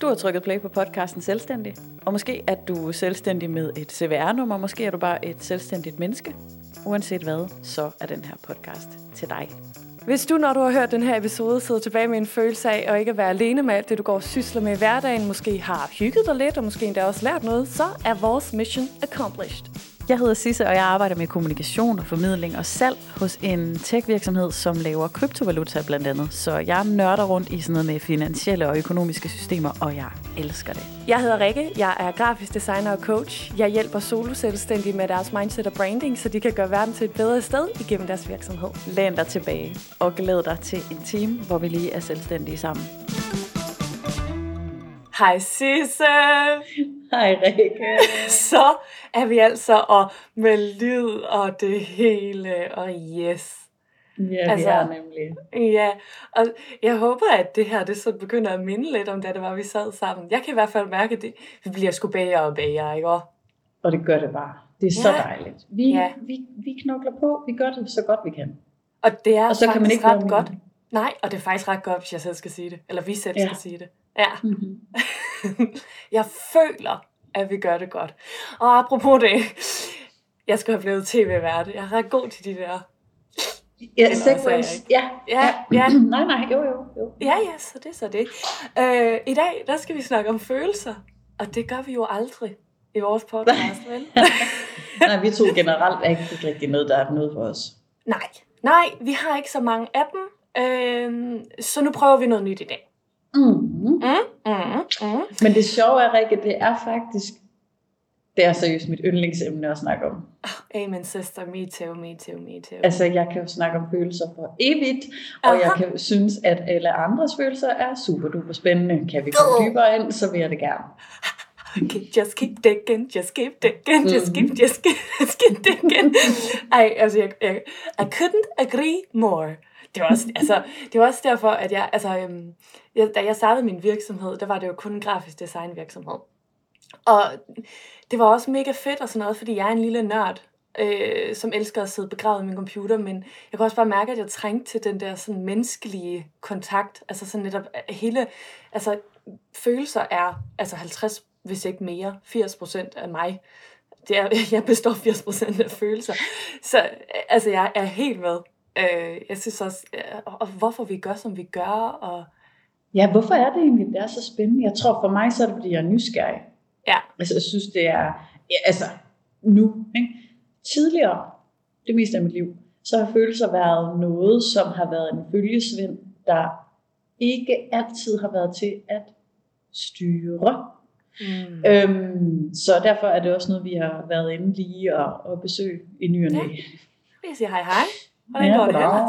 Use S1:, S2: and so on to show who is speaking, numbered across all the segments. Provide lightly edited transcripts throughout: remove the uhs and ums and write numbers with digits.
S1: Du har trykket play på podcasten Selvstændig, og måske er du selvstændig med et CVR-nummer, måske er du bare et selvstændigt menneske. Uanset hvad, så er den her podcast til dig.
S2: Hvis du, når du har hørt den her episode, sidder tilbage med en følelse af at ikke at være alene med alt det, du går og sysler med i hverdagen, måske har hygget dig lidt, og måske endda også lært noget, så er vores mission accomplished.
S1: Jeg hedder Sisse, og jeg arbejder med kommunikation og formidling og salg hos en tech-virksomhed, som laver kryptovaluta blandt andet. Så jeg nørder rundt i sådan noget med finansielle og økonomiske systemer, og jeg elsker det.
S2: Jeg hedder Rikke, jeg er grafisk designer og coach. Jeg hjælper solo-selvstændige med deres mindset og branding, så de kan gøre verden til et bedre sted igennem deres virksomhed.
S1: Læn dig tilbage og glæd dig til en time, hvor vi lige er selvstændige sammen.
S2: Hej Sisse!
S1: Hej Rikke!
S2: Så er vi altså og med lyd og det hele, og yes.
S1: Ja, altså, vi er nemlig.
S2: Ja, og jeg håber, at det her det så begynder at minde lidt om, da det var, vi sad sammen. Jeg kan i hvert fald mærke, at vi bliver sgu bagere og bagere, ikke?
S1: Og det gør det bare. Det er så dejligt. Vi knokler på, vi gør det så godt vi kan.
S2: Og det er
S1: og så kan man ikke
S2: ret godt. Nej, og det er faktisk ret godt, hvis jeg selv skal sige det. Eller vi selv skal sige det. Ja. Mm-hmm. Jeg føler, at vi gør det godt. Og apropos det, jeg skal have blevet tv-vært. Jeg er ret god til de der.
S1: Ja, segways. Ja. Nej, jo.
S2: Ja, så det. I dag, der skal vi snakke om følelser. Og det gør vi jo aldrig i vores podcast, vel?
S1: Nej, vi to generelt er ikke rigtig noget, der er noget for os.
S2: Nej, vi har ikke så mange af dem. Så nu prøver vi noget nyt i dag.
S1: Men det sjove er, Rikke, det er faktisk, det er seriøst mit yndlingsemne at snakke om.
S2: Amen, sister, me too.
S1: Altså, jeg kan jo snakke om følelser for evigt, og jeg kan synes, at alle andres følelser er super duper spændende. Kan vi komme dybere ind, så vil jeg det gerne.
S2: Just keep digging, just keep digging. Ej, altså, I couldn't agree more. Det var også derfor, at da jeg startede min virksomhed, der var det jo kun en grafisk design virksomhed. Og det var også mega fedt og sådan noget, fordi jeg er en lille nørd, som elsker at sidde begravet i min computer, men jeg kan også bare mærke, at jeg trængte til den der sådan menneskelige kontakt, altså sådan netop hele, altså følelser er altså 50, hvis ikke mere, 80% af mig. Jeg består 80% af følelser, så altså jeg er helt med. Jeg synes også, og hvorfor vi gør, som vi gør. Og
S1: ja, hvorfor er det egentlig, det er så spændende? Jeg tror for mig, så er det, fordi jeg er nysgerrig.
S2: Ja.
S1: Altså, jeg synes, det er, nu, ikke? Tidligere, det meste af mit liv, så har følelser været noget, som har været en følgesvend, der ikke altid har været til at styre. Så derfor er det også noget, vi har været inde lige og besøge i ny og næ.
S2: Jeg siger hej. Hvordan går det ellers?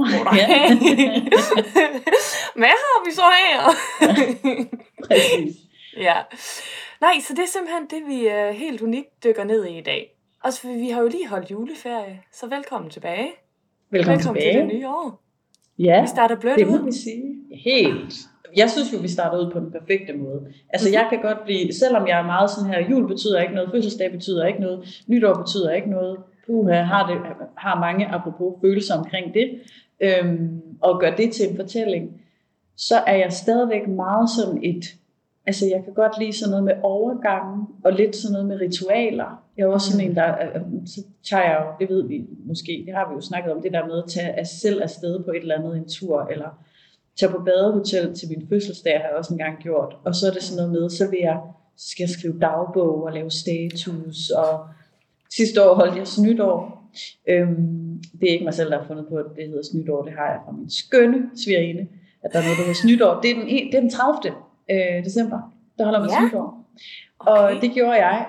S2: Hvad har vi så her?
S1: Præcis.
S2: Ja. Nej, så det er simpelthen det, vi helt unikt dykker ned i dag. Også fordi vi har jo lige holdt juleferie, så velkommen tilbage.
S1: Velkommen tilbage.
S2: Til det nye år.
S1: Ja,
S2: vi starter blødt
S1: det
S2: ud.
S1: må vi sige. Helt. Jeg synes jo, vi starter ud på den perfekte måde. Altså jeg kan godt blive, selvom jeg er meget sådan her, jul betyder ikke noget, fødselsdag betyder ikke noget, nytår betyder ikke noget, har mange apropos følelser omkring det, og gør det til en fortælling, så er jeg stadigvæk meget sådan altså jeg kan godt lide sådan noget med overgangen, og lidt sådan noget med ritualer. Jeg er også sådan en, der, så tager jeg jo, det ved vi måske, det har vi jo snakket om, det der med at tage selv afsted på et eller andet, en tur, eller tage på badehotel til min fødselsdag, har jeg også engang gjort. Og så er det sådan noget med, så skal jeg skrive dagbog og lave status, og sidste år holdt jeg snytår. Det er ikke mig selv, der har fundet på, at det hedder snytår. Det har jeg fra min skønne svigerinde, at der er noget, der hedder snytår. Det er den 30. December, der holder man snytår. Okay. Og det gjorde jeg.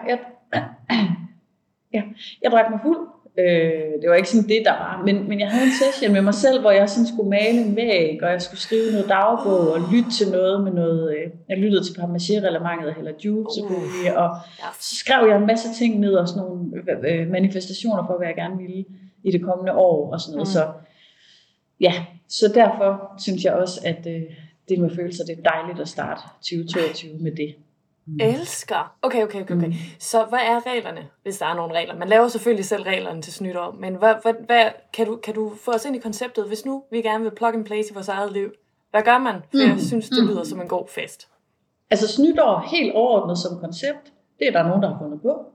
S1: Jeg drak mig fuld. Det var ikke sådan det, der var. Men jeg havde en session med mig selv, hvor jeg sådan skulle male en væg, og jeg skulle skrive noget dagbog, og lytte til noget med noget. Jeg lyttede til Parmaché-reglementet af Hella Juf, selvfølgelig, og så skrev jeg en masse ting ned, og sådan nogle manifestationer for, hvad jeg gerne ville i det kommende år, og sådan noget. Så derfor synes jeg også, at det med følelser, det er dejligt at starte 2022 med det.
S2: Elsker. Okay. Så hvad er reglerne, hvis der er nogle regler? Man laver selvfølgelig selv reglerne til snytår, men hvad kan du få os ind i konceptet, hvis nu vi gerne vil plug and play i vores eget liv? Hvad gør man? For jeg synes, det lyder som en god fest.
S1: Altså nytår helt overordnet som koncept, det er der nogen, der har fundet på.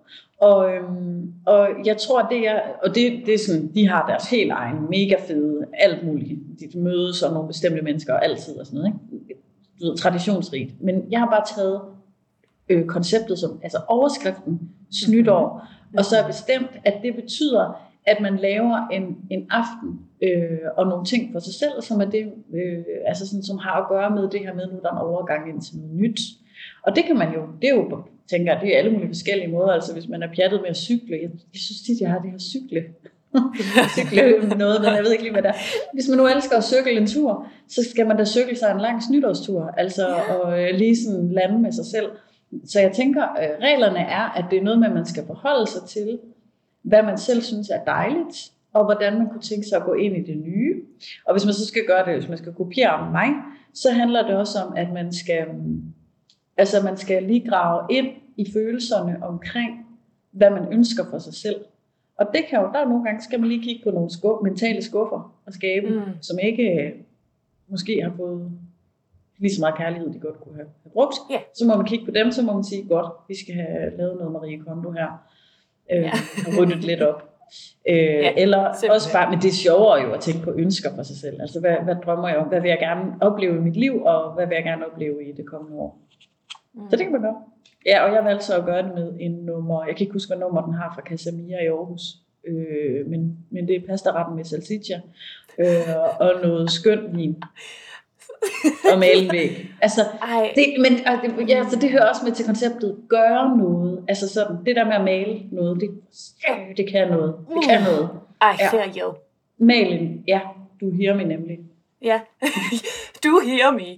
S1: Og jeg tror, det er sådan, de har deres helt egen mega fede, alt muligt. De mødes og nogle bestemte mennesker og altid og sådan noget, ikke? Du ved, traditionsrigt. Men jeg har bare taget konceptet som, altså overskriften, nytår, og så er bestemt, at det betyder, at man laver en aften og nogle ting for sig selv, som er det, altså sådan, som har at gøre med det her med, nu der er en overgang ind til noget nyt. Og det kan man jo, det er jo, tænker jeg, det er alle mulige forskellige måder, altså hvis man er pjattet med at cykle, jeg synes tit, jeg har det her cykle noget, men jeg ved ikke lige, hvad det er. Hvis man nu elsker at cykle en tur, så skal man da cykle sig en lang nytårstur, altså og lige sådan lande med sig selv. Så jeg tænker, reglerne er, at det er noget med, at man skal forholde sig til, hvad man selv synes er dejligt, og hvordan man kunne tænke sig at gå ind i det nye. Og hvis man så skal gøre det, hvis man skal kopiere mig, så handler det også om, at man skal lige grave ind i følelserne omkring, hvad man ønsker for sig selv. Og det kan jo, der nogle gange skal man lige kigge på nogle mentale skuffer og skabe, som ikke måske har fået lige så meget kærlighed, de godt kunne have brugt. Yeah. Så må man kigge på dem, så må man sige, godt, vi skal have lavet noget Marie Kondo her. Og ryddet lidt op. Eller simpelthen. Også bare, men det er sjovere jo at tænke på ønsker for sig selv. Altså hvad drømmer jeg om? Hvad vil jeg gerne opleve i mit liv, og hvad vil jeg gerne opleve i det kommende år? Så det kan man gøre. Ja, og jeg valgte så at gøre det med en nummer, jeg kan ikke huske, hvad nummer den har fra Casamia i Aarhus, men det er pastaretten med salsiccia, og noget skønt vin. Og male en væg. Altså, det hører også med til konceptet, gøre noget, altså sådan, det der med at male noget, det kan noget, det kan noget.
S2: Jo.
S1: Malen, ja, du hear me nemlig.
S2: Ja, du hear me.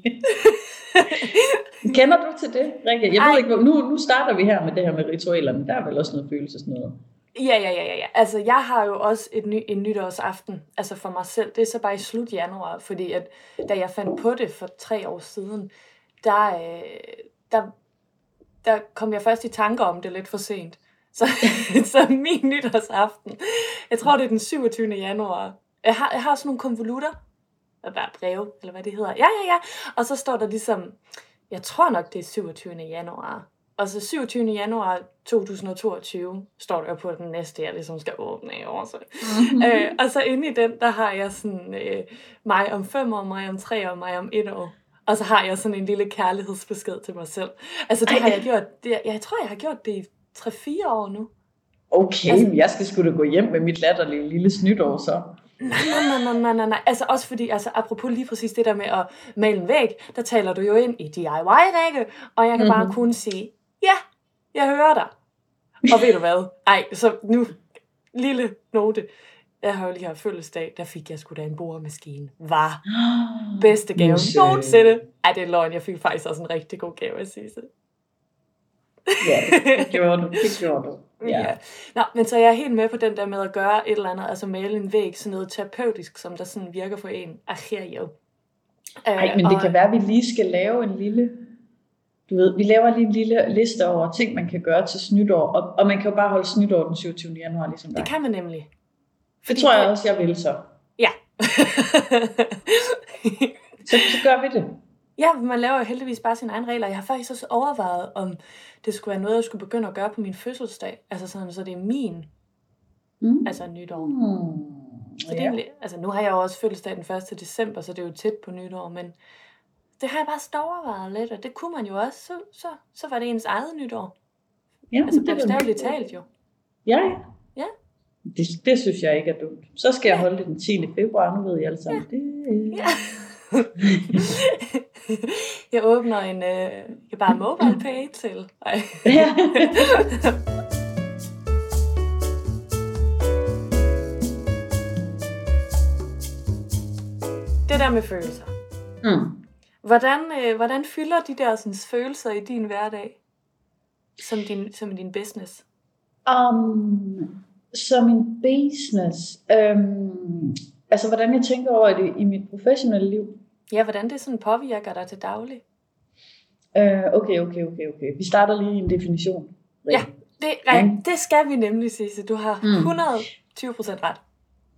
S1: Kender du til det, Rikke? Jeg ved ikke, nu starter vi her med det her med ritualerne. Der er vel også noget følelsesnoget.
S2: Ja. Altså, jeg har jo også en nytårsaften, altså for mig selv. Det er så bare i slut januar, fordi at, da jeg fandt på det for 3 år siden, der kom jeg først i tanker om det lidt for sent. Så min nytårsaften, jeg tror det er den 27. januar. Jeg har sådan nogle konvolutter, breve, eller hvad det hedder. Ja. Og så står der ligesom, jeg tror nok det er 27. januar. Og så 27. januar 2022 står der på den næste, jeg ligesom skal åbne i år. Og så inde i den, der har jeg sådan mig om 5 år, mig om 3 år, mig om 1 år. Og så har jeg sådan en lille kærlighedsbesked til mig selv. Altså det har jeg gjort, jeg tror jeg har gjort det i 3-4 år nu.
S1: Okay, altså, jeg skal sgu da gå hjem med mit latterlige lille nytår så.
S2: Nej. Altså også fordi, altså apropos lige præcis det der med at male en væg, der taler du jo ind i DIY, Rikke, og jeg kan bare kun sige, ja, jeg hører dig. Og ved du hvad? Så nu, lille note. Jeg har jo lige haft fødselsdag, der fik jeg sgu da en boremaskine. Var bedste gave nogensinde. Det er løgn, jeg fik faktisk også en rigtig god gave at sige det.
S1: Ja, det gjorde du.
S2: Ja. Nå, men så jeg er helt med på den der med at gøre et eller andet, altså male en væg, sådan noget terapeutisk, som der sådan virker for en.
S1: Men det kan være, at vi lige skal lave en lille, du ved, vi laver lige en lille liste over ting, man kan gøre til nytår, og man kan jo bare holde nytår den 27. januar, ligesom dig.
S2: Det kan man nemlig.
S1: Det tror jeg også, jeg vil så.
S2: Ja.
S1: så gør vi det.
S2: Ja, man laver jo heldigvis bare sine egne regler. Jeg har faktisk også overvejet, om det skulle være noget, jeg skulle begynde at gøre på min fødselsdag. Altså sådan, så det er min, altså nytår. Så det er egentlig, altså nu har jeg jo også fødselsdag den 1. december, så det er jo tæt på nytår, men det har jeg bare sådan overvejet lidt, og det kunne man jo også, så var det ens eget nytår.
S1: Ja,
S2: altså bogstaveligt talt jo.
S1: Ja. Det synes jeg ikke er dumt. Så skal jeg holde det den 10. februar, nu ved I alle sammen.
S2: Ja. Jeg åbner en bare mobile pay til.
S1: Ja.
S2: Det der med følelser. Hvordan fylder de der sådan, følelser i din hverdag? Som din business?
S1: Som en business? Altså hvordan jeg tænker over det i mit professionelle liv?
S2: Ja, hvordan det sådan påvirker dig til daglig?
S1: Okay. Vi starter lige i en definition.
S2: Ja, det skal vi nemlig sige. Så du har 120% ret.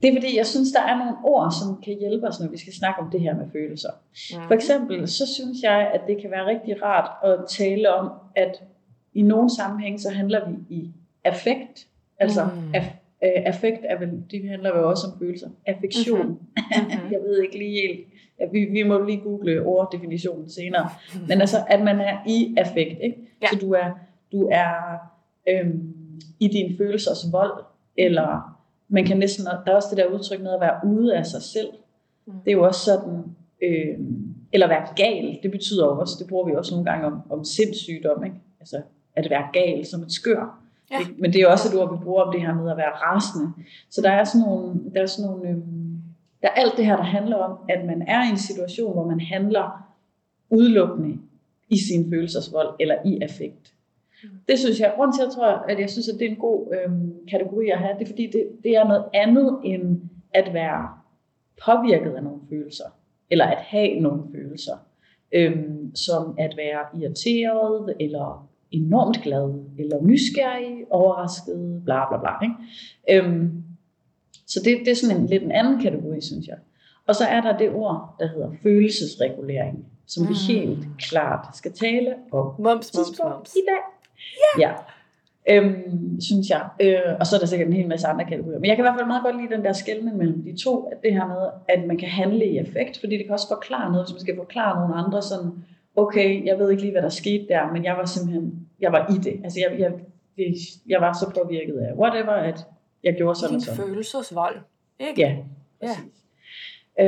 S1: Det er fordi, jeg synes, der er nogle ord, som kan hjælpe os, når vi skal snakke om det her med følelser. For eksempel, så synes jeg, at det kan være rigtig rart at tale om, at i nogle sammenhæng, så handler vi i affekt. Altså, affekt er vel, det handler jo også om følelser. Affektion. Jeg ved ikke lige helt. Ja, vi må lige google orddefinitionen senere. Men altså, at man er i affekt, ikke? Ja. Så du er i dine følelsers vold, eller man kan næsten, der er også det der udtryk med at være ude af sig selv. Det er jo også sådan, eller være gal, det betyder jo også, det bruger vi også nogle gange om sindssygdom, ikke? Altså at være gal som et skør. Ja. Men det er også et ord, vi bruger om det her med at være rasende. Så der er sådan nogle, der er alt det her, der handler om, at man er i en situation, hvor man handler udelukkende i sin følelsesvold, eller i affekt. Det synes jeg, grund til at jeg synes, at det er en god kategori at have, det er fordi, det er noget andet end at være påvirket af nogle følelser, eller at have nogle følelser, som at være irriteret, eller enormt glad, eller nysgerrig, overrasket, bla bla bla. Ikke? Så det er sådan lidt en anden kategori, synes jeg. Og så er der det ord, der hedder følelsesregulering, som vi helt klart skal tale om
S2: mums
S1: i dag. Ja. Synes jeg. Og så er der sikkert en hel masse andre kategorier. Men jeg kan i hvert fald meget godt lide den der skelnen mellem de to, at det her med, at man kan handle i affekt, fordi det kan også forklare noget, hvis man skal forklare nogle andre sådan, okay, jeg ved ikke lige, hvad der skete der, men jeg var i det. Altså jeg var så påvirket af whatever, at jeg gjorde sådan og sådan.
S2: Din følelsesvold, ikke?
S1: Ja, præcis. Ja.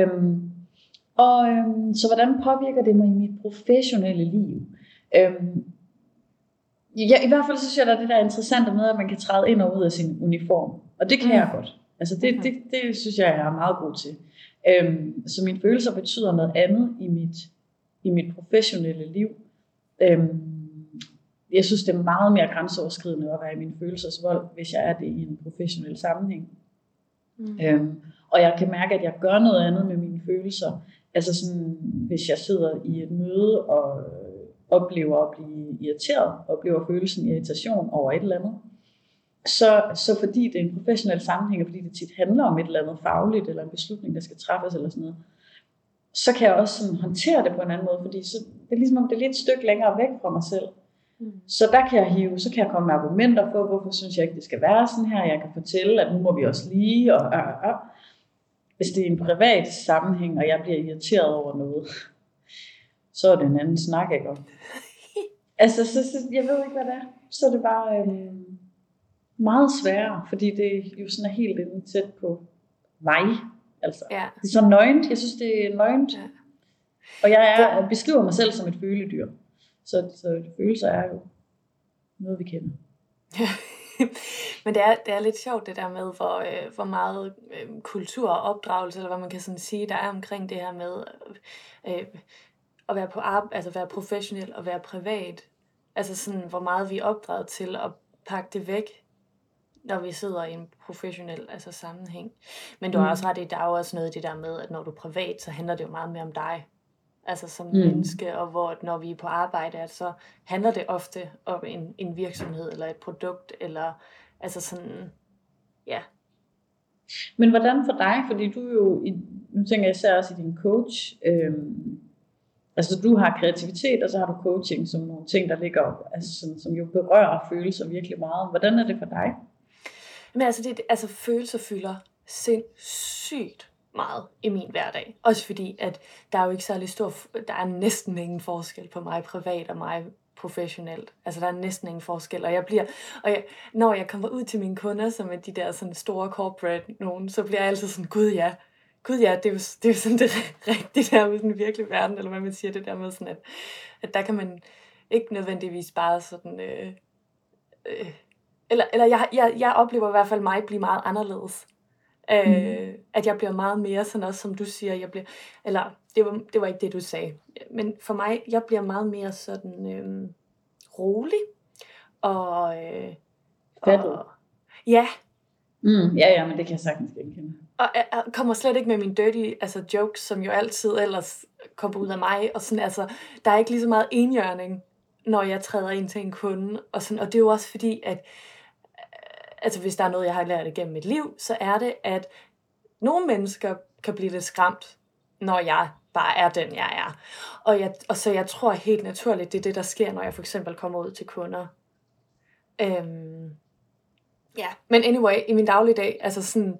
S1: Så hvordan påvirker det mig i mit professionelle liv? Ja, i hvert fald så synes jeg, der er det der interessante med, at man kan træde ind og ud af sin uniform. Og det kan jeg godt. Altså det synes jeg er meget god til. Så mine følelser betyder noget andet i mit professionelle liv. Jeg synes, det er meget mere grænseoverskridende at være i min følelsesvold, hvis jeg er det i en professionel sammenhæng. Og jeg kan mærke, at jeg gør noget andet med mine følelser. Altså sådan, hvis jeg sidder i et møde og oplever at blive irriteret, oplever følelsen irritation over et eller andet, så fordi det er en professionel sammenhæng, og fordi det tit handler om et eller andet fagligt, eller en beslutning, der skal træffes eller sådan noget, så kan jeg også sådan håndtere det på en anden måde, fordi så, det er ligesom om det er lidt et stykke længere væk fra mig selv. Så der kan jeg komme med argumenter for, hvorfor synes jeg ikke, det skal være sådan her. Jeg kan fortælle, at nu må vi også lige, og hvis det er en privat sammenhæng, og jeg bliver irriteret over noget, så er det en anden snak, ikke? Altså, så jeg ved ikke, hvad det er. Så er det bare meget sværere, fordi det jo sådan er helt inde tæt på mig. Altså, ja. Det er så nøgent. Jeg synes, det er nøgent. Ja. Og jeg beskriver mig selv som et føledyr. Så følelser er jo noget, vi kender.
S2: Men det er lidt sjovt det der med, hvor meget kultur og opdragelse, eller hvad man kan sådan sige, der er omkring det her med at være på altså være professionel og være privat. Altså sådan, hvor meget vi er opdraget til at pakke det væk, når vi sidder i en professionel sammenhæng. Men du har også ret i, der er jo også noget i det der med, at når du er privat, så handler det jo meget mere om dig. Altså som menneske, og hvor når vi er på arbejde, så handler det ofte om en virksomhed, eller et produkt, eller altså sådan, ja.
S1: Men hvordan for dig, fordi du jo, nu tænker jeg især også i din coach, altså du har kreativitet, og så har du coaching som nogle ting, der ligger op, altså sådan, som jo berører følelser virkelig meget. Hvordan er det for dig?
S2: Men altså følelser fylder sindssygt meget i min hverdag. Også fordi, at der er jo ikke særlig der er næsten ingen forskel på mig privat og mig professionelt. Altså der er næsten ingen forskel, og når jeg kommer ud til mine kunder, som er de der sådan store corporate nogen, så bliver jeg altid sådan, gud ja, det er jo sådan det rigtige der med den virkelige verden, eller hvad man siger, det der med sådan, at der kan man ikke nødvendigvis bare sådan, eller jeg oplever i hvert fald mig blive meget anderledes. At jeg bliver meget mere sådan også, som du siger, det var ikke det, du sagde, men for mig, jeg bliver meget mere sådan rolig, og ja.
S1: Ja, men det kan jeg sagtens genkende.
S2: Og jeg kommer slet ikke med mine dirty jokes, som jo altid ellers kommer ud af mig, og sådan, der er ikke lige så meget enhjørning, når jeg træder ind til en kunde, og sådan, og det er jo også fordi, at hvis der er noget, jeg har lært igennem mit liv, så er det, at nogle mennesker kan blive lidt skræmt, når jeg bare er den, jeg er. Og så jeg tror helt naturligt, det er det, der sker, når jeg for eksempel kommer ud til kunder. Ja, men anyway, i min dagligdag, altså sådan,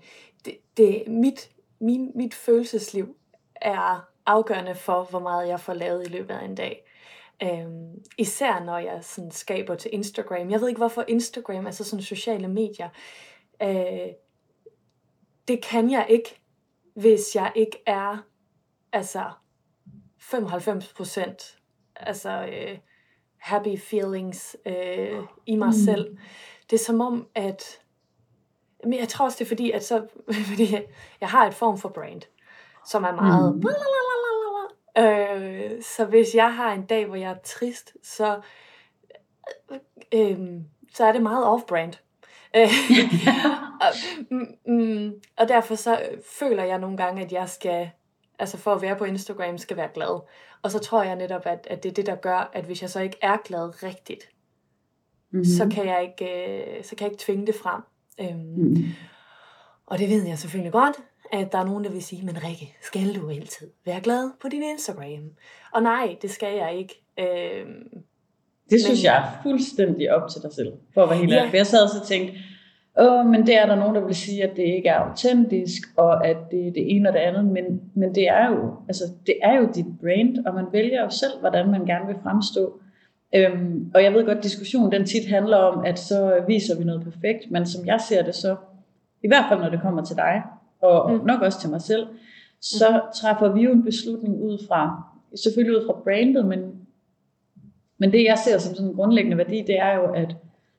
S2: mit følelsesliv er afgørende for, hvor meget jeg får lavet i løbet af en dag. Især når jeg sådan skaber til Instagram. Jeg ved ikke, hvorfor Instagram, altså sådan sociale medier, det kan jeg ikke, hvis jeg ikke er altså 95% altså happy feelings i mig selv. Det er som om, at men jeg tror også, det er fordi, at fordi jeg har et form for brand, som er meget så hvis jeg har en dag, hvor jeg er trist, så er det meget off-brand. Og derfor så føler jeg nogle gange, at jeg skal, altså for at være på Instagram, skal være glad. Og så tror jeg netop, at det er det, der gør, at hvis jeg så ikke er glad rigtigt, så kan jeg ikke tvinge det frem. Og det ved jeg selvfølgelig godt, at der er nogen, der vil sige, men Rikke, skal du altid være glad på din Instagram? Og nej, det skal jeg ikke.
S1: Det synes jeg er fuldstændig op til dig selv, for at være helt ærlig. For jeg sad og så tænkte, men det er der nogen, der vil sige, at det ikke er autentisk, og at det er det ene og det andet, men det er jo dit brand, og man vælger jo selv, hvordan man gerne vil fremstå. Og jeg ved godt, diskussionen den tit handler om, at så viser vi noget perfekt, men som jeg ser det så, i hvert fald når det kommer til dig, og nok også til mig selv, så træffer vi jo en beslutning selvfølgelig ud fra brandet, men det jeg ser som sådan en grundlæggende værdi, det er jo, at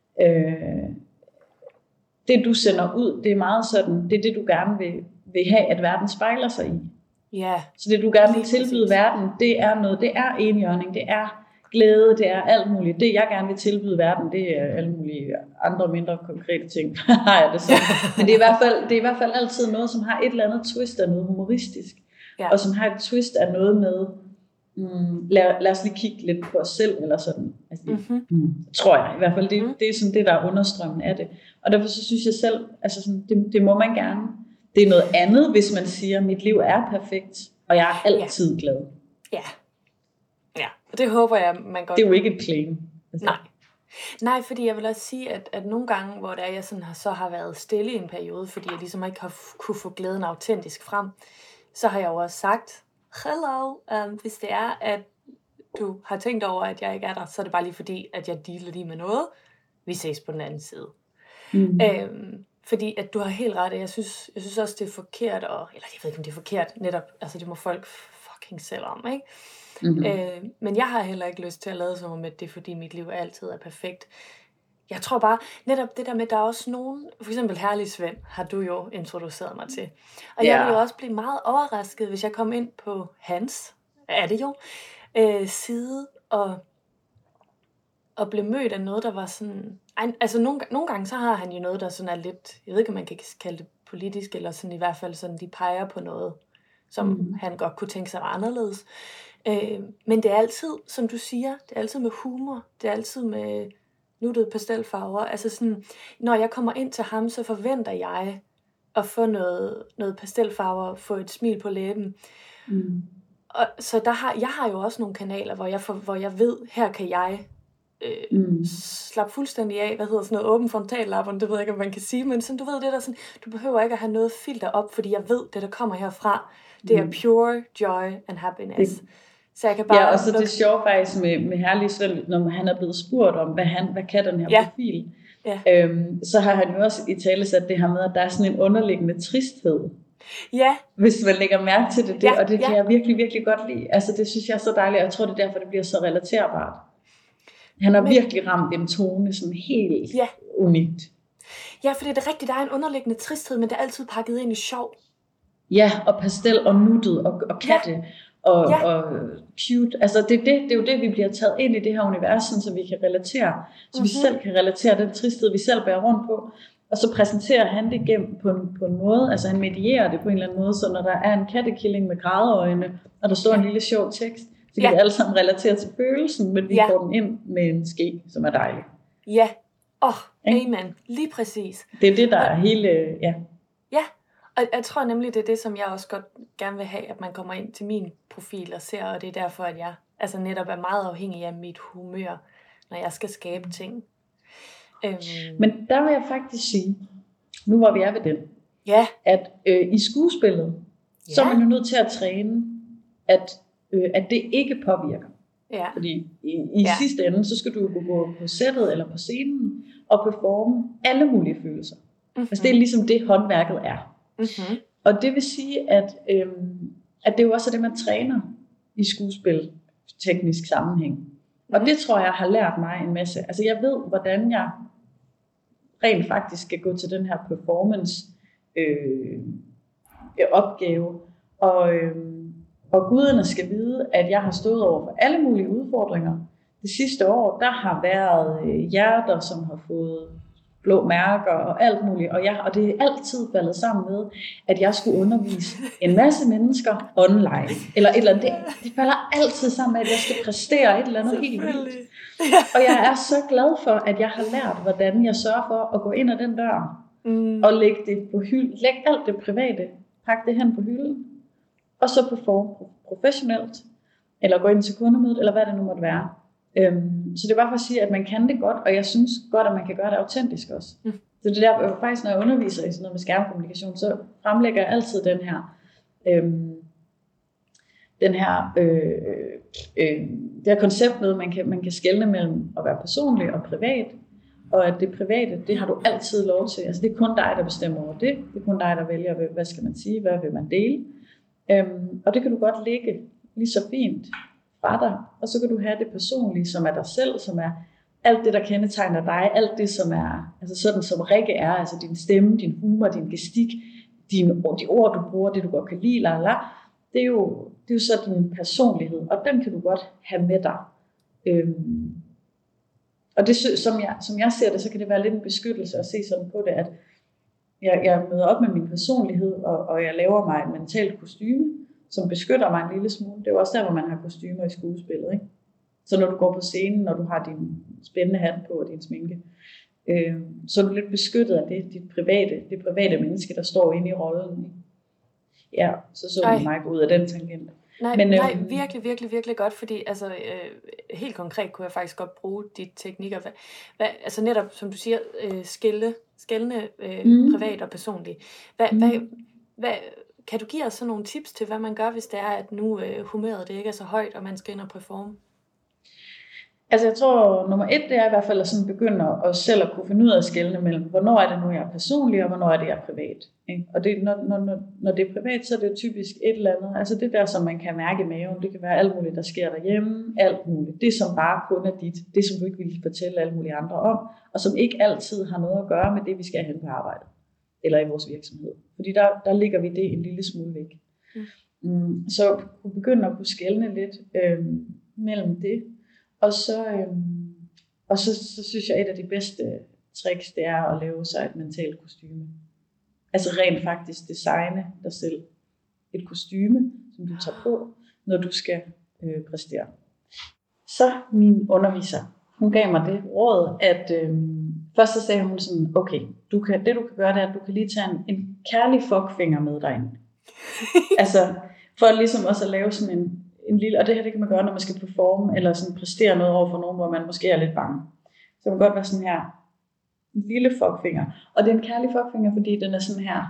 S1: det du sender ud, det er meget sådan, det er det du gerne vil have, at verden spejler sig i.
S2: Yeah.
S1: Så det du gerne vil tilbyde verden, det er noget, det er enhjørning, det er glæde, det er alt muligt. Det jeg gerne vil tilbyde verden, det er alle mulige andre mindre konkrete ting. Har jeg det så. Men det er i hvert fald altid noget, som har et eller andet twist af noget humoristisk. Ja. Og som har et twist af noget med, lad os lige kigge lidt på os selv, eller sådan. Altså, tror jeg i hvert fald. Det er sådan det, der er understrømmen af det. Og derfor så synes jeg selv, altså sådan, det må man gerne. Det er noget andet, hvis man siger, mit liv er perfekt, og jeg er altid glad.
S2: Ja. Ja, og det håber jeg, man godt...
S1: Det er jo ikke et claim. Altså.
S2: Nej, fordi jeg vil også sige, at nogle gange, hvor jeg sådan har været stille i en periode, fordi jeg ligesom ikke har kunne få glæden autentisk frem, så har jeg jo også sagt, hello, hvis det er, at du har tænkt over, at jeg ikke er der, så er det bare lige fordi, at jeg dealer lige med noget. Vi ses på den anden side. Fordi at du har helt ret, jeg synes også, det er forkert, eller jeg ved ikke, om det er forkert, netop, altså det må folk fucking selv om, ikke? Men jeg har heller ikke lyst til at lade som om, at det er fordi mit liv altid er perfekt. Jeg tror bare, netop det der med, der er også nogen, for eksempel Herlig Svend, har du jo introduceret mig til. Og jeg ville jo også blive meget overrasket, hvis jeg kom ind på hans, er det jo, side, og blev mødt af noget, der var sådan, altså nogle gange så har han jo noget, der sådan er lidt, jeg ved ikke, om man kan kalde det politisk, eller sådan i hvert fald sådan, de peger på noget, som han godt kunne tænke sig var anderledes. Men det er altid, som du siger, det er altid med humor, det er altid med nuttede pastelfarver. Altså sådan, når jeg kommer ind til ham, så forventer jeg at få noget pastelfarver, få et smil på læben. Og så jeg har jo også nogle kanaler, hvor jeg ved, her kan jeg slappe fuldstændig af, sådan noget, åben frontallappen, det ved jeg ikke, om man kan sige, men sådan, du ved det der sådan, du behøver ikke at have noget filter op, fordi jeg ved, det der kommer herfra, det er pure joy and happiness. Så jeg kan bare
S1: og så det sjove faktisk med Herlig Svend, når han er blevet spurgt om, hvad kan den her profil, så har han jo også i tale sat det her med, at der er sådan en underliggende tristhed.
S2: Ja.
S1: Hvis man lægger mærke til det, og det kan jeg virkelig, virkelig godt lide. Altså det synes jeg er så dejligt, og jeg tror det er derfor, det bliver så relaterbart. Han har virkelig ramt en tone sådan helt unikt.
S2: Ja, for det er rigtigt, der er en underliggende tristhed, men det er altid pakket ind i sjov.
S1: Ja, og pastel og nuttet og katte og cute. Altså det er jo det, vi bliver taget ind i det her univers, så vi kan relatere. Så vi selv kan relatere den tristhed, vi selv bærer rundt på. Og så præsenterer han det igennem på en måde, altså han medierer det på en eller anden måde, så når der er en kattekilling med grædeøjne, og der står en lille sjov tekst, så kan vi alle sammen relatere til følelsen, men vi får den ind med en ske, som er dejlig. Ja,
S2: amen, lige præcis.
S1: Det er det, der er hele,
S2: Ja, Og jeg tror nemlig, det er det, som jeg også godt gerne vil have, at man kommer ind til min profil og ser, og det er derfor, at jeg altså netop er meget afhængig af mit humør, når jeg skal skabe ting.
S1: Men der vil jeg faktisk sige, nu hvor vi er ved den, at i skuespillet, så er man jo nødt til at træne, at det ikke påvirker.
S2: Ja.
S1: Fordi i sidste ende, så skal du gå på sættet eller på scenen og performe alle mulige følelser. Altså det er ligesom det, håndværket er. Og det vil sige, at det jo også er det, man træner i skuespil, teknisk sammenhæng. Og det tror jeg har lært mig en masse. Altså jeg ved, hvordan jeg rent faktisk skal gå til den her performance opgave. Og guderne skal vide, at jeg har stået over for alle mulige udfordringer. Det sidste år, der har været hjerter, som har fået blå mærker og alt muligt. Og det er altid faldet sammen med, at jeg skulle undervise en masse mennesker online. Eller et eller andet. Det falder altid sammen med, at jeg skal præstere et eller andet helt vildt. Og jeg er så glad for, at jeg har lært, hvordan jeg sørger for at gå ind ad den dør. Og lægge det på hylden. Læg alt det private. Pak det hen på hylden. Og så performe professionelt. Eller gå ind til kundemødet, eller hvad det nu måtte være. Så det er bare for at sige, at man kan det godt, og jeg synes godt, at man kan gøre det autentisk også. Så det der, faktisk når jeg underviser i sådan noget med skærmkommunikation, så fremlægger jeg altid det her koncept med, man kan skelne mellem at være personlig og privat, og at det private, det har du altid lov til. Altså det er kun dig, der bestemmer over det. Det er kun dig, der vælger, hvad skal man sige, hvad vil man dele. Og det kan du godt lægge lige så fint fra dig, og så kan du have det personlige, som er dig selv, som er alt det, der kendetegner dig, alt det, som er, altså sådan som Rikke er, altså din stemme, din humor, din gestik, de ord, du bruger, det du godt kan lide, det er jo så din personlighed, og den kan du godt have med dig. Og det, som jeg ser det, så kan det være lidt en beskyttelse at se sådan på det, at jeg møder op med min personlighed, og jeg laver mig et mentalt kostume, som beskytter mig en lille smule. Det er jo også der, hvor man har kostymer i skuespillet, ikke? Så når du går på scenen, når du har din spændende hat på og din sminke, så er du lidt beskyttet af det private menneske, der står inde i rollen. Ikke? Ja, så du mig gå ud af den tangent.
S2: Nej, virkelig, virkelig, virkelig godt, fordi altså, helt konkret kunne jeg faktisk godt bruge de teknikker. Altså netop, som du siger, skelne privat og personligt. Hvad kan du give os sådan nogle tips til, hvad man gør, hvis det er, at nu humøret det ikke er så højt, og man skal ind og performe?
S1: Altså jeg tror, nummer 1, det er i hvert fald at sådan begynde at selv at kunne finde ud af at skelne mellem, hvornår er det nu, jeg er personlig, og hvornår er det, jeg er privat. Ikke? Og det, når det er privat, så er det typisk et eller andet. Altså det der, som man kan mærke i maven, det kan være alt muligt, der sker derhjemme, alt muligt. Det, som bare kun er dit, det, som du ikke vil fortælle alle mulige andre om, og som ikke altid har noget at gøre med det, vi skal hen på arbejdet, eller i vores virksomhed. Fordi der ligger vi det en lille smule væk. Så kunne begynde at kunne skelne lidt mellem det. Og så synes jeg, et af de bedste tricks, det er at lave sig et mentalt kostume. Altså rent faktisk designe dig selv et kostume, som du tager på, når du skal præstere. Så min underviser, hun gav mig det råd, at først så sagde hun sådan, okay, det du kan gøre, det er, at du kan lige tage en kærlig fuckfinger med derinde. Altså for ligesom også at lave sådan en lille, og det her det kan man gøre, når man skal performe, eller sådan præstere noget over for nogen, hvor man måske er lidt bange. Så det kan godt være sådan her, en lille fuckfinger. Og det er en kærlig fuckfinger, fordi den er sådan her,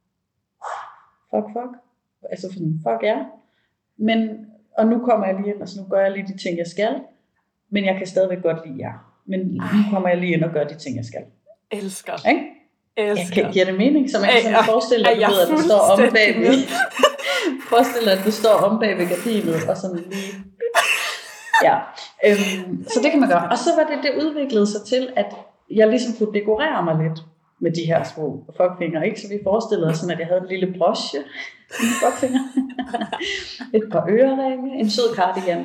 S1: fuck, altså sådan, fuck ja. Men, og nu kommer jeg lige ind, og så nu gør jeg lige de ting, jeg skal, men jeg kan stadigvæk godt lide jer. Men nu kommer jeg lige ind og gør de ting, jeg skal.
S2: Elsker.
S1: Ikke?
S2: Elsker.
S1: Jeg giver det mening, så man kan sådan forestille dig, at du står om bagved. Forestil dig, at du står om bag ved gardinet, og sådan lige... Ja, så det kan man gøre. Og så var det udviklede sig til, at jeg ligesom kunne dekorere mig lidt med de her små fuckfingre, ikke? Så vi forestillede os sådan, at jeg havde en lille broche, en fuckfinger, et par øreringe, en sød cardigan.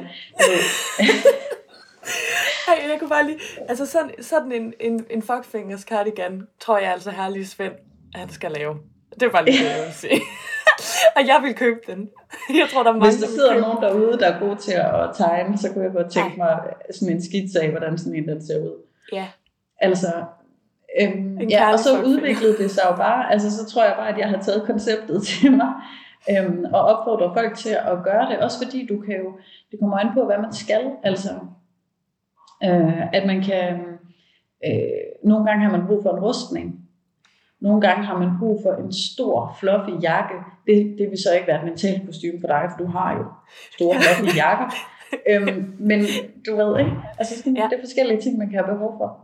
S2: Jeg kunne bare lige... Altså sådan en fuckfingers cardigan, tror jeg altså herlig Svend, han skal lave. Det er bare lige det, jeg vil sige. Og jeg vil købe den. Jeg tror, der er mange,
S1: hvis der sidder nogen derude, der er gode til at tegne, så kunne jeg godt tænke mig sådan en skitse af, hvordan sådan en den ser ud.
S2: Ja.
S1: Altså, Ja, og så udviklede det sig jo bare, altså så tror jeg bare, at jeg har taget konceptet til mig, og opfordrer folk til at gøre det, også fordi du kan jo, det kommer an på, hvad man skal, altså, at man kan, nogle gange har man brug for en rustning, nogle gange har man brug for en stor, fluffy jakke, det vil så ikke være et mentalt kostume for dig, for du har jo store, fluffy jakker, men du ved ikke, altså sådan, det er forskellige ting, man kan have behov for.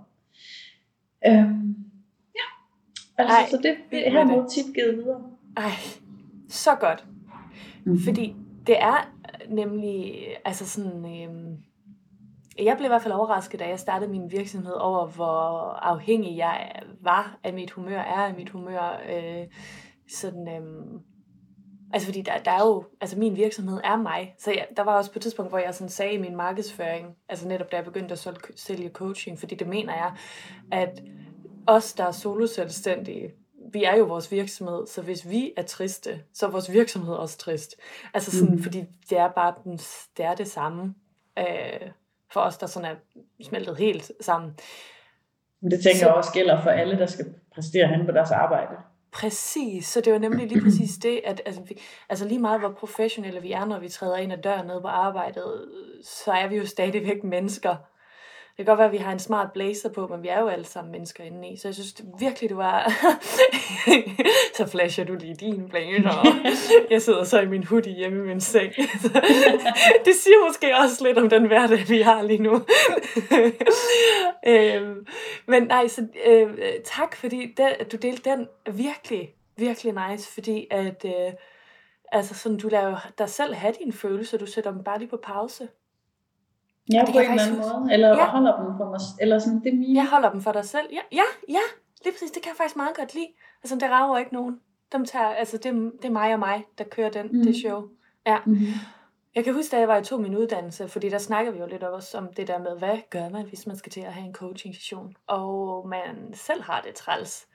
S1: Altså, så det her mod tit givet videre.
S2: Ej, så godt. Fordi det er nemlig, altså sådan, jeg blev i hvert fald overrasket, da jeg startede min virksomhed over, hvor afhængig jeg var af mit humør, altså fordi der er jo, altså min virksomhed er mig, så der var også på et tidspunkt, hvor jeg sådan sagde i min markedsføring, altså netop da jeg begyndte at sælge coaching, fordi det mener jeg, at os, der er soloselvstændige, vi er jo vores virksomhed, så hvis vi er triste, så er vores virksomhed også trist. Altså sådan, fordi det er bare det er det samme for os, der sådan er smeltet helt sammen.
S1: Det tænker jeg også gælder for alle, der skal præstere hen på deres arbejde.
S2: Præcis, så det var nemlig lige præcis det, at altså lige meget hvor professionelle vi er, når vi træder ind ad døren ned på arbejdet, så er vi jo stadigvæk mennesker. Det kan godt være, at vi har en smart blazer på, men vi er jo alle sammen mennesker indeni. Så jeg synes virkelig, det var... Så flasher du lige din blazer. Jeg sidder så i min hoodie hjemme i min seng. Det siger måske også lidt om den hverdag, vi har lige nu. Men nej, så tak, fordi du delte den virkelig, virkelig nice. Fordi at altså sådan, du lader jo dig selv have dine følelser. Du sætter dem bare lige på pause.
S1: Ja, på en eller anden måde. Eller holder dem for mig. Eller sådan, det er mine.
S2: Jeg holder dem for dig selv. Ja, lige præcis. Det kan jeg faktisk meget godt lide. Altså, det rager ikke nogen. Dem tager, altså, det er mig og mig, der kører det show. Ja. Jeg kan huske, da jeg var i 2 min uddannelse, fordi der snakker vi jo lidt også om det der med, hvad gør man, hvis man skal til at have en coaching-session, og man selv har det træls.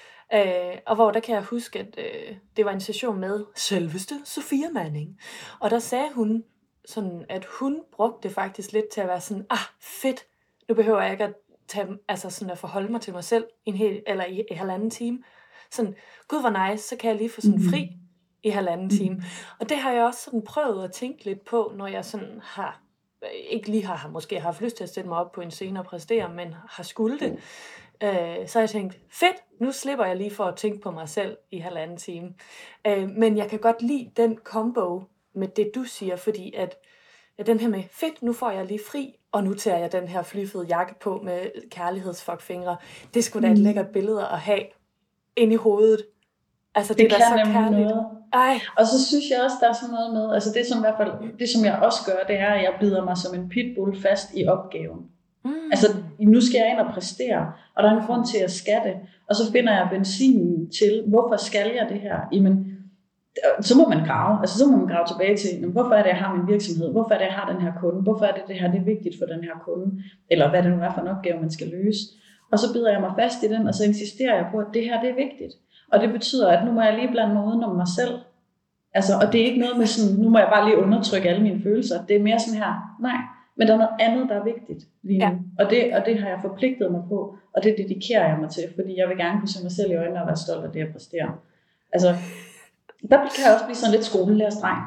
S2: Og hvor der kan jeg huske, at det var en session med selveste Sofia Manning. Og der sagde hun, sådan, at hun brugte det faktisk lidt til at være sådan, fedt, nu behøver jeg ikke at sådan at forholde mig til mig selv i halvanden time. Sådan, gud hvor nice, så kan jeg lige få sådan fri i halvanden time. Og det har jeg også sådan prøvet at tænke lidt på, når jeg sådan ikke lige har måske haft lyst til at sætte mig op på en scene og præstere, men har skulle det. Så har jeg tænkt, fedt, nu slipper jeg lige for at tænke på mig selv i halvanden time. Men jeg kan godt lide den combo med det, du siger, fordi at den her med, fedt, nu får jeg lige fri, og nu tager jeg den her flyfede jakke på med kærlighedsfuckfingre. Det skulle da et lækkert billede at have ind i hovedet. Altså det er så kærligt.
S1: Og så synes jeg også, der er sådan noget med, altså det som i hvert fald, det som jeg også gør, det er, at jeg bider mig som en pitbull fast i opgaven. Altså nu skal jeg ind og præstere, og der er en grund til, at jeg skal det. Og så finder jeg benzinen til, hvorfor skal jeg det her? Jamen, så må man grave tilbage til, hvorfor er det, jeg har min virksomhed? Hvorfor er det, jeg har den her kunde? Hvorfor er det her, det er vigtigt for den her kunde? Eller hvad det nu er for en opgave, man skal løse. Og så bider jeg mig fast i den, og så insisterer jeg på, at det her, det er vigtigt. Og det betyder, at nu må jeg lige blande mig udenom mig selv. Altså, og det er ikke noget med sådan, nu må jeg bare lige undertrykke alle mine følelser. Det er mere sådan her, nej, men der er noget andet, der er vigtigt lige nu. Ja. Og det har jeg forpligtet mig på, og det dedikerer jeg mig til, fordi jeg vil gerne kunne se mig selv i øjnene og være stolt af det, jeg præsterer. Altså, der kan jeg også blive sådan lidt skolelærerstreng.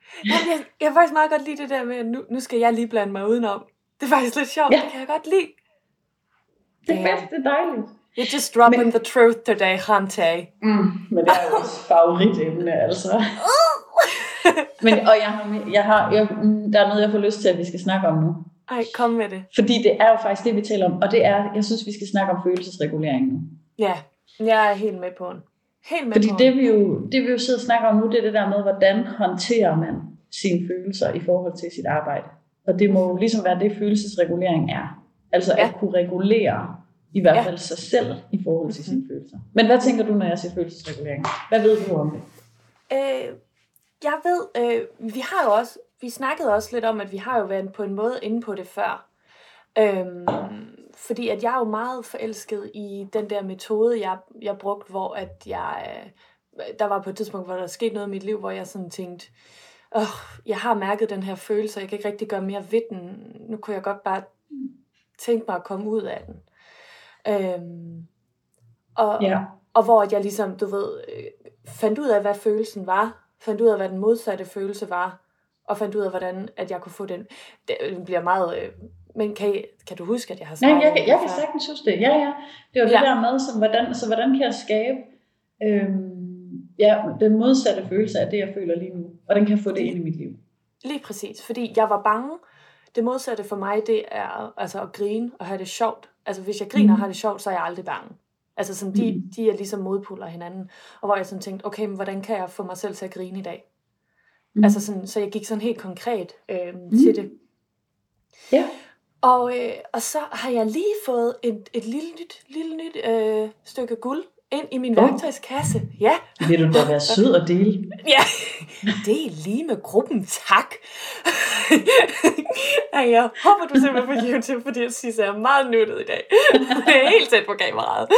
S2: Jeg faktisk meget godt lide det der med, at nu skal jeg lige blande mig udenom. Det er faktisk lidt sjovt, det kan jeg godt lide.
S1: Det er fedt, det er dejligt.
S2: You're just dropping the truth today, Hante.
S1: Men det er jo et favoritemne, altså. Men, og der er noget, jeg får lyst til, at vi skal snakke om nu.
S2: Ej, kom med det.
S1: Fordi det er jo faktisk det, vi taler om. Og det er, jeg synes, vi skal snakke om følelsesregulering nu.
S2: Ja, jeg er helt med på den.
S1: Fordi det vi jo sidder og snakker om nu, det er det der med, hvordan håndterer man sine følelser i forhold til sit arbejde. Og det må jo ligesom være det, følelsesregulering er. Altså at kunne regulere i hvert fald sig selv i forhold til sine følelser. Men hvad tænker du, når jeg siger følelsesregulering? Hvad ved du om det?
S2: Jeg ved, vi snakkede også lidt om, at vi har jo været på en måde inde på det før. Fordi at jeg er jo meget forelsket i den der metode, jeg brugte, hvor at der var på et tidspunkt, hvor der skete noget i mit liv, hvor jeg sådan tænkte, jeg har mærket den her følelse, og jeg kan ikke rigtig gøre mere ved den. Nu kunne jeg godt bare tænke mig at komme ud af den. Og hvor jeg ligesom, du ved, fandt ud af, hvad følelsen var, fandt ud af, hvad den modsatte følelse var, og fandt ud af, hvordan at jeg kunne få den. Det bliver meget... men kan du huske, at jeg har snakket
S1: Nej, jeg kan sagtens huske det. Ja. Det var det der med, hvordan kan jeg skabe den modsatte følelse af det, jeg føler lige nu. Hvordan kan jeg få det ind i mit liv?
S2: Lige præcis, fordi jeg var bange. Det modsatte for mig, det er altså at grine og have det sjovt. Altså hvis jeg griner og har det sjovt, så er jeg aldrig bange. Altså sådan, de er ligesom modpoler hinanden. Og hvor jeg sådan tænkte, okay, men hvordan kan jeg få mig selv til at grine i dag? Altså sådan, så jeg gik sådan helt konkret til det.
S1: Ja.
S2: Og så har jeg lige fået et lille nyt stykke guld ind i min værktøjskasse. Ja.
S1: Vil du da være sød og dele?
S2: Ja, det er lige med gruppen, tak. Jeg håber, du ser mig på YouTube, fordi jeg synes, jeg er meget nuttet i dag. Det er helt tæt på kameraet.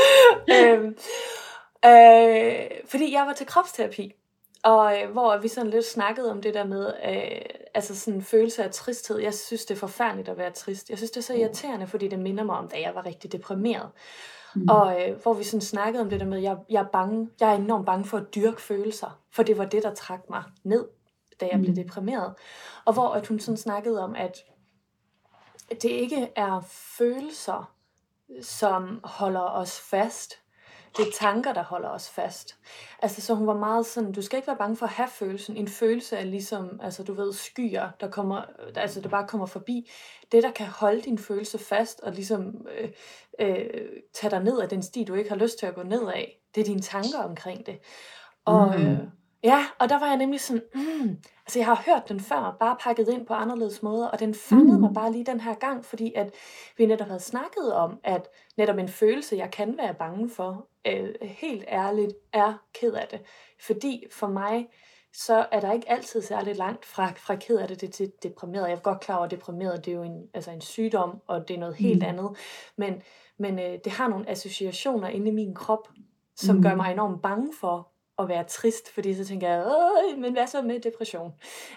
S2: Fordi jeg var til kropsterapi, og hvor vi sådan lidt snakkede om det der med, altså sådan en følelse af tristhed. Jeg synes, det er forfærdeligt at være trist. Jeg synes, det er så irriterende, fordi det minder mig om, da jeg var rigtig deprimeret. Og hvor vi sådan snakkede om det der med, jeg er enormt bange for at dyrke følelser, for det var det, der trak mig ned, da jeg blev deprimeret. Og hvor at hun sådan snakkede om, at det ikke er følelser, som holder os fast. Det er tanker, der holder os fast. Altså, så hun var meget sådan, du skal ikke være bange for at have følelsen. En følelse er ligesom, altså du ved, skyer, der bare kommer forbi. Det, der kan holde din følelse fast, og ligesom tage dig ned af den sti, du ikke har lyst til at gå ned af, det er dine tanker omkring det. Og og der var jeg nemlig sådan, altså jeg har hørt den før, bare pakket ind på anderledes måder, og den fangede mig bare lige den her gang, fordi at vi netop havde snakket om, at netop en følelse, jeg kan være bange for, helt ærligt, er ked af det. Fordi for mig, så er der ikke altid særligt langt fra ked af det til deprimeret. Jeg er godt klar over, at deprimeret, det er jo en sygdom, og det er noget helt andet. Men det har nogle associationer inde i min krop, som gør mig enormt bange for at være trist, fordi så tænker jeg, men hvad så med depression?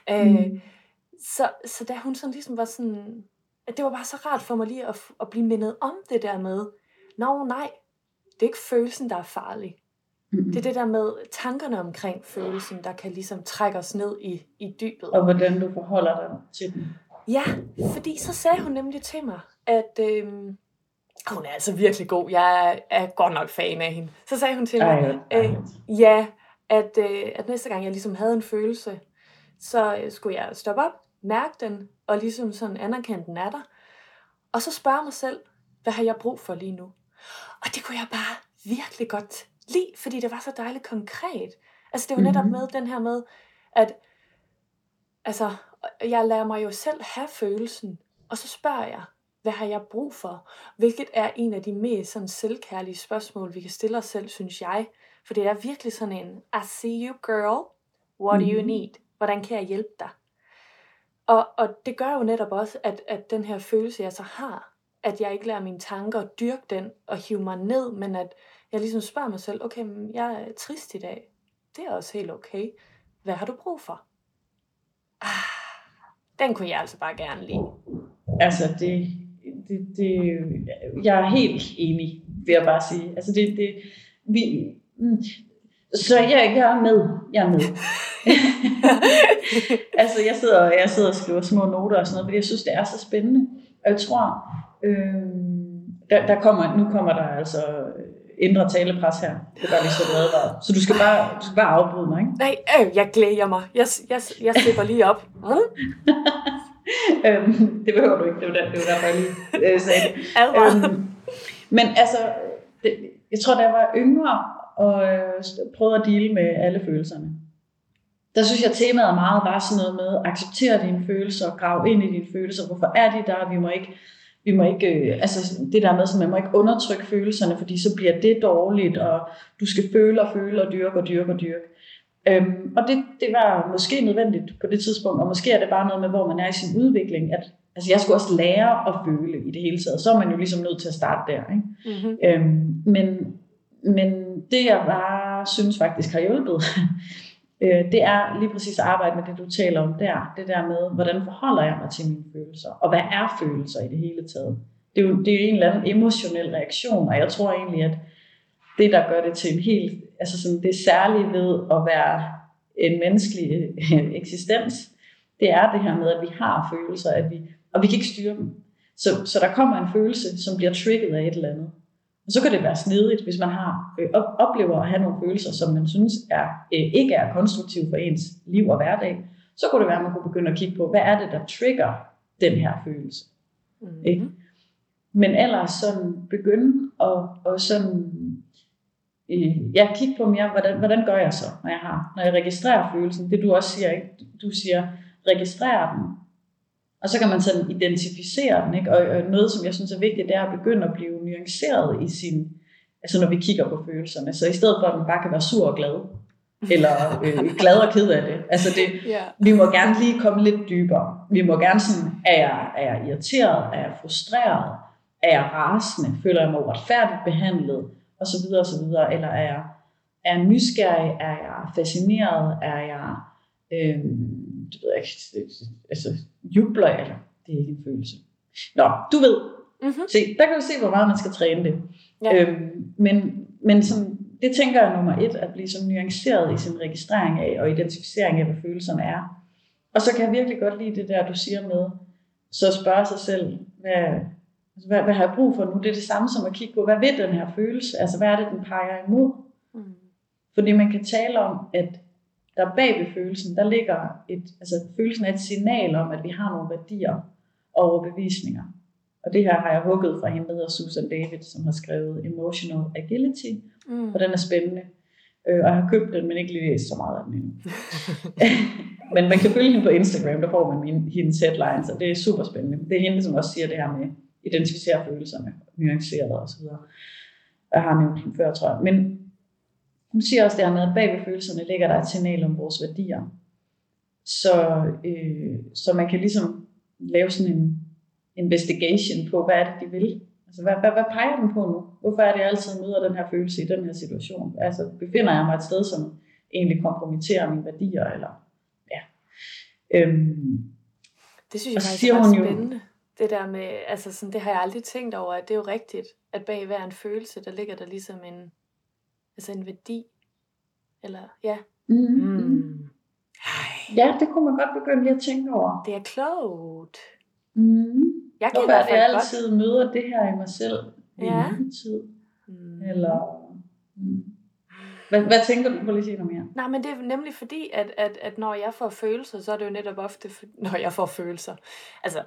S2: Så da hun sådan ligesom var sådan, at det var bare så rart for mig lige at blive mindet om det der med, nej, det er ikke følelsen, der er farlig. Det er det der med tankerne omkring følelsen, der kan ligesom trække os ned i dybet.
S1: Og hvordan du forholder dig til den.
S2: Ja, fordi så sagde hun nemlig til mig, at hun er altså virkelig god. Jeg er godt nok fan af hende. Så sagde hun til mig, at næste gang jeg ligesom havde en følelse, så skulle jeg stoppe op, mærke den, og ligesom sådan anerkende den er der. Og så spørge mig selv, hvad har jeg brug for lige nu? Og det kunne jeg bare virkelig godt lide, fordi det var så dejligt konkret. Altså det var netop med den her med, at altså, jeg lader mig jo selv have følelsen, og så spørger jeg, hvad har jeg brug for? Hvilket er en af de mest sådan selvkærlige spørgsmål, vi kan stille os selv, synes jeg. For det er virkelig sådan en, I see you girl, what do you need? Hvordan kan jeg hjælpe dig? Og det gør jo netop også, at den her følelse, jeg så har, at jeg ikke lader mine tanker dyrke den og hive mig ned, men at jeg ligesom spørger mig selv, okay, men jeg er trist i dag. Det er også helt okay. Hvad har du brug for? Den kunne jeg altså bare gerne lide.
S1: Altså, jeg er helt enig, vil jeg bare sige. Altså, så jeg er med. Altså, jeg sidder og skriver små noter og sådan noget, fordi jeg synes, det er så spændende. Og jeg tror, nu kommer der altså indre talepres her. Det er bare lige så advaret. Så du skal bare afbryde mig, ikke?
S2: Nej, jeg glæder mig. Jeg slipper lige op.
S1: Det behøver du ikke. Det var derfor, jeg lige sagde det. Men altså, jeg tror, da jeg var yngre og prøvede at deale med alle følelserne, der synes jeg, temaet meget var sådan noget med at acceptere dine følelser og grave ind i dine følelser. Hvorfor er de der? Vi må ikke, altså det der med, at man må ikke undertrykke følelserne, fordi så bliver det dårligt, og du skal føle og dyrke. Og det var måske nødvendigt på det tidspunkt, og måske er det bare noget med, hvor man er i sin udvikling, at altså jeg skulle også lære at føle i det hele taget, så er man jo ligesom nødt til at starte der, ikke? Men det jeg bare synes faktisk har hjulpet, det er lige præcis at arbejde med det, du taler om der. Det der med, hvordan forholder jeg mig til mine følelser? Og hvad er følelser i det hele taget? Det er jo en eller anden emotionel reaktion, og jeg tror egentlig, at det, der gør det til en helt, altså sådan det særlige ved at være en menneskelig eksistens, det er det her med, at vi har følelser, og vi kan ikke styre dem. Så der kommer en følelse, som bliver trigget af et eller andet. Og så kan det være snedigt, hvis man oplever at have nogle følelser, som man synes ikke er konstruktive for ens liv og hverdag. Så kunne det være, at man kunne begynde at kigge på, hvad er det, der trigger den her følelse. Ikke? Men ellers sådan begynde at sådan, kigge på mere, hvordan gør jeg så, når jeg registrerer følelsen. Det du også siger, ikke? Du siger, registrer den. Og så kan man sådan identificere den, ikke? Og noget, som jeg synes er vigtigt, det er at begynde at blive nuanceret i altså når vi kigger på følelserne. Så i stedet for, at man bare kan være sur og glad, eller glad og ked af det. Altså vi må gerne lige komme lidt dybere. Vi må gerne sådan, er jeg irriteret, er jeg frustreret, er jeg rasende, føler jeg mig uretfærdigt behandlet, og så videre, og så videre. Eller er jeg nysgerrig, er jeg fascineret, er jeg det ved jeg ikke, altså jubler, eller det er ikke en følelse. Nå, du ved, se, der kan du se, hvor meget man skal træne det. Ja. Men sådan, det tænker jeg nummer 1, at blive sådan nuanceret i sin registrering af, og identificering af, hvad følelserne er. Og så kan jeg virkelig godt lide det der, du siger med, så spørge sig selv, hvad har jeg brug for nu? Det er det samme som at kigge på, hvad vil den her følelse? Altså, hvad er det, den peger imod? Fordi man kan tale om, at der bag ved følelsen, der ligger følelsen er et signal om, at vi har nogle værdier og overbevisninger. Og det her har jeg hugget fra hende, der hedder Susan David, som har skrevet Emotional Agility, og den er spændende. Og jeg har købt den, men ikke lige læst så meget af den endnu. Men man kan følge hende på Instagram, der får man hendes headlines, og det er super spændende. Det er hende, som også siger det her med identificere følelserne, nuanceret og så videre. Jeg har nævnt hende før, tror jeg. Men hun siger også det her med, at bag ved følelserne ligger der et signal om vores værdier. Så man kan ligesom lave sådan en investigation på, hvad er det, de vil. Altså, hvad peger den på nu? Hvorfor er det, jeg altid møder den her følelse i den her situation? Altså, befinder jeg mig et sted, som egentlig kompromitterer mine værdier? Eller, ja.
S2: Det synes jeg faktisk er ret spændende. Det der med, altså sådan, det har jeg aldrig tænkt over, at det er jo rigtigt, at bag hver en følelse, der ligger der ligesom en værdi. Eller, ja.
S1: Ja, det kunne man godt begynde lige at tænke over.
S2: Det er klogt.
S1: Hvorfor er det, jeg altid møder det her i mig selv i en tid? Eller... Hvad tænker du på lige sige noget mere?
S2: Nej, men det er nemlig fordi, at når jeg får følelser, så er det jo netop ofte, når jeg får følelser. Altså,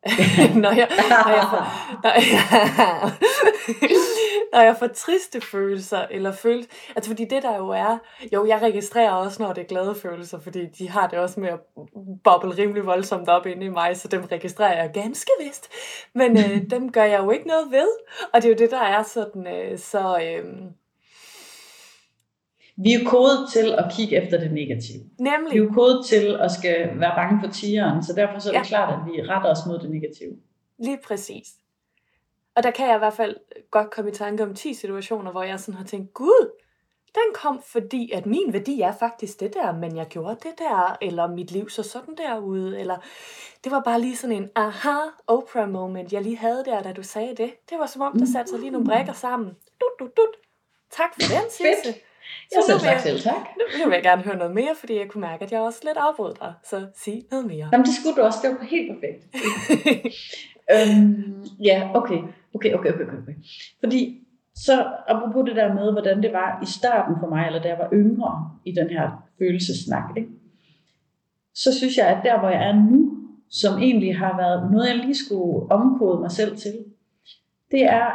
S2: når jeg får triste følelser, eller altså fordi det der jo er, jeg registrerer også, når det er glade følelser, fordi de har det også med at boble rimelig voldsomt op inde i mig, så dem registrerer jeg ganske vist, men dem gør jeg jo ikke noget ved, og det er jo det, der er sådan,
S1: vi er kodet til at kigge efter det negative.
S2: Nemlig.
S1: Vi er kodet til at skal være bange for tigeren, så derfor så er det klart, at vi retter os mod det negative.
S2: Lige præcis. Og der kan jeg i hvert fald godt komme i tanke om 10 situationer, hvor jeg sådan har tænkt, Gud, den kom fordi, at min værdi er faktisk det der, men jeg gjorde det der, eller mit liv så sådan derude, eller det var bare lige sådan en aha Oprah moment, jeg lige havde der, da du sagde det. Det var som om, der satte sig lige nogle brikker sammen. Tak for den, Sisse.
S1: Selv tak.
S2: Nu vil jeg gerne høre noget mere, fordi jeg kunne mærke, at jeg også lidt afbrød dig. Så sig noget mere.
S1: Jamen, det skulle du også. Det var helt perfekt. Okay. Fordi, så apropos det der med, hvordan det var i starten for mig, eller da jeg var yngre i den her følelsesnak, ikke? Så synes jeg, at der, hvor jeg er nu, som egentlig har været noget, jeg lige skulle omkode mig selv til, det er,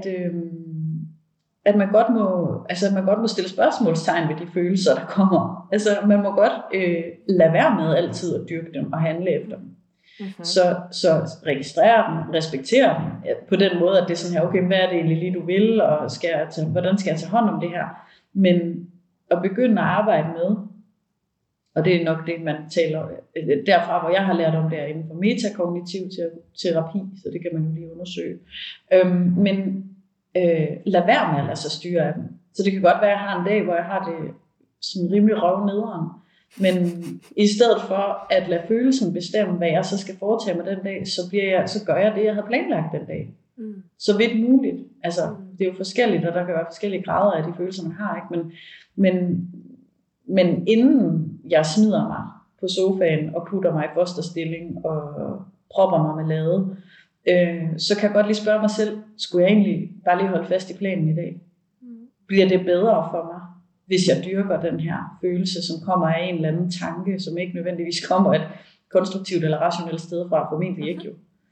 S1: at man godt må stille spørgsmålstegn ved de følelser, der kommer. Altså, man må godt lade være med altid at dyrke dem og handle efter dem. Så registrere dem, respektere dem på den måde, at det er sådan her, okay, hvad er det egentlig lige, du vil, og hvordan skal jeg tage hånd om det her? Men at begynde at arbejde med, og det er nok det, man taler derfra, hvor jeg har lært om det er inden for metakognitiv terapi, så det kan man jo lige undersøge. Men lad være med at lade sig styre af dem. Så det kan godt være, at jeg har en dag, hvor jeg har det sådan rimelig røv nederen. Men i stedet for at lade følelsen bestemme, hvad jeg så skal foretage mig den dag, så gør jeg det, jeg havde planlagt den dag. Så vidt muligt. Altså, det er jo forskelligt, og der kan være forskellige grader af de følelser, man har, ikke? Men inden jeg smider mig på sofaen og putter mig i fosterstilling og propper mig med lade, så kan jeg godt lige spørge mig selv, skulle jeg egentlig bare lige holde fast i planen i dag? Bliver det bedre for mig, hvis jeg dyrker den her følelse, som kommer af en eller anden tanke, som ikke nødvendigvis kommer et konstruktivt eller rationelt sted fra, formentlig ikke jo.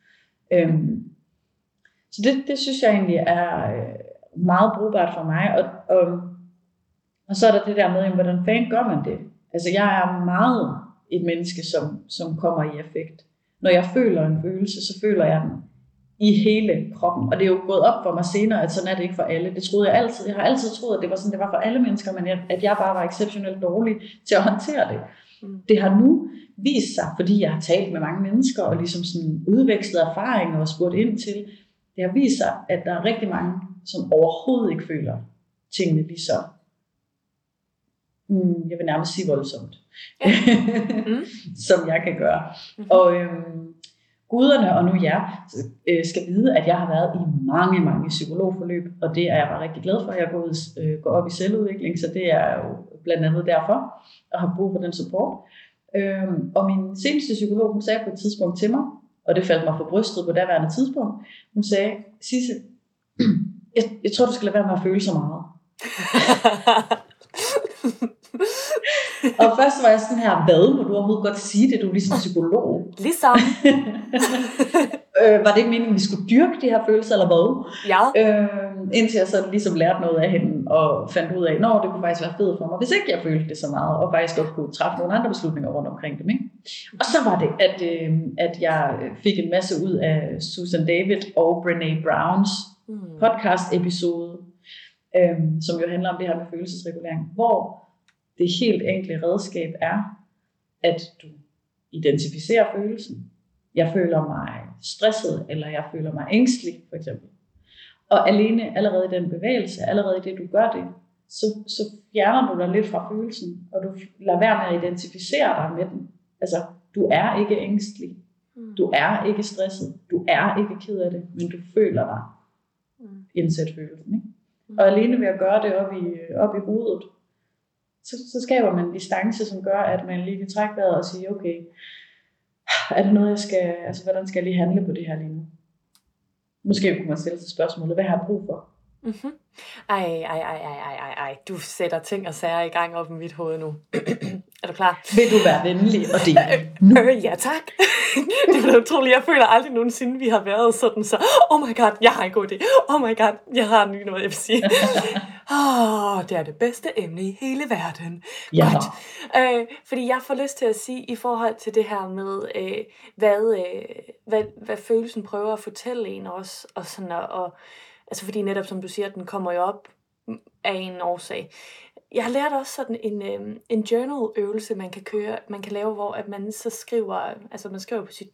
S1: Så det synes jeg egentlig er meget brugbart for mig, og så er der det der med, hvordan fanden gør man det? Altså jeg er meget et menneske, som kommer i affekt. Når jeg føler en følelse, så føler jeg den i hele kroppen. Og det er jo gået op for mig senere, at sådan er det ikke for alle. Det troede jeg altid. Jeg har altid troet, at det var sådan, det var for alle mennesker, men at jeg bare var exceptionelt dårlig til at håndtere det. Det har nu vist sig, fordi jeg har talt med mange mennesker, og ligesom sådan udvekslet erfaringer og spurgt ind til, det har vist sig, at der er rigtig mange, som overhovedet ikke føler tingene lige så, jeg vil nærmest sige voldsomt, som jeg kan gøre. Og guderne og nu jer skal vide, at jeg har været i mange psykologforløb, og det er jeg bare rigtig glad for. Jeg går op i selvudvikling, så det er jo blandt andet derfor, og har brug for den support. Og min seneste psykolog, hun sagde på et tidspunkt til mig, og det faldt mig for brystet på daværende tidspunkt, hun sagde, Sisse, jeg tror, du skal lade være med at føle så meget. Og først var jeg sådan her, hvad må du overhovedet godt sige det, du er ligesom psykolog.
S2: Ligesom.
S1: Var det ikke meningen, at vi skulle dyrke de her følelser, eller hvad?
S2: Ja.
S1: Indtil jeg så ligesom lærte noget af hende, og fandt ud af, det kunne faktisk være fedt for mig, hvis ikke jeg følte det så meget, og faktisk godt kunne træffe nogle andre beslutninger rundt omkring dem. Ikke? Og så var det, at jeg fik en masse ud af Susan David og Brené Browns podcast episode, som jo handler om det her med følelsesregulering, hvor det helt enkle redskab er, at du identificerer følelsen. Jeg føler mig stresset, eller jeg føler mig ængstelig, for eksempel. Og allerede i den bevægelse, allerede i det, du gør det, så fjerner du dig lidt fra følelsen, og du lader være med at identificere dig med den. Altså, du er ikke ængstelig. Du er ikke stresset. Du er ikke ked af det, men du føler dig. Indsæt følelsen, ikke? Og alene ved at gøre det op i hovedet, så skaber man en distance, som gør, at man lige kan trække vejret og sige, okay, er det noget, jeg skal, altså hvordan skal jeg lige handle på det her lige nu? Måske kunne man stille sig spørgsmålet, hvad har jeg brug for?
S2: Mm-hmm. Ej, du sætter ting og sager i gang op i mit hoved nu. Er du klar?
S1: Vil du være venlig og dele nu?
S2: Ja tak. Det er utroligt, jeg føler aldrig nogensinde, vi har været sådan så, oh my god, jeg har en god idé. Oh my god, jeg har noget, jeg vil sige. Det er det bedste emne i hele verden.
S1: Ja.
S2: Godt. Fordi jeg får lyst til at sige, i forhold til det her med, hvad følelsen prøver at fortælle en også, og sådan, og altså fordi netop som du siger, den kommer jo op af en årsag. Jeg har lært også sådan en journal-øvelse, man kan lave, hvor at man så skriver, altså man skriver på sit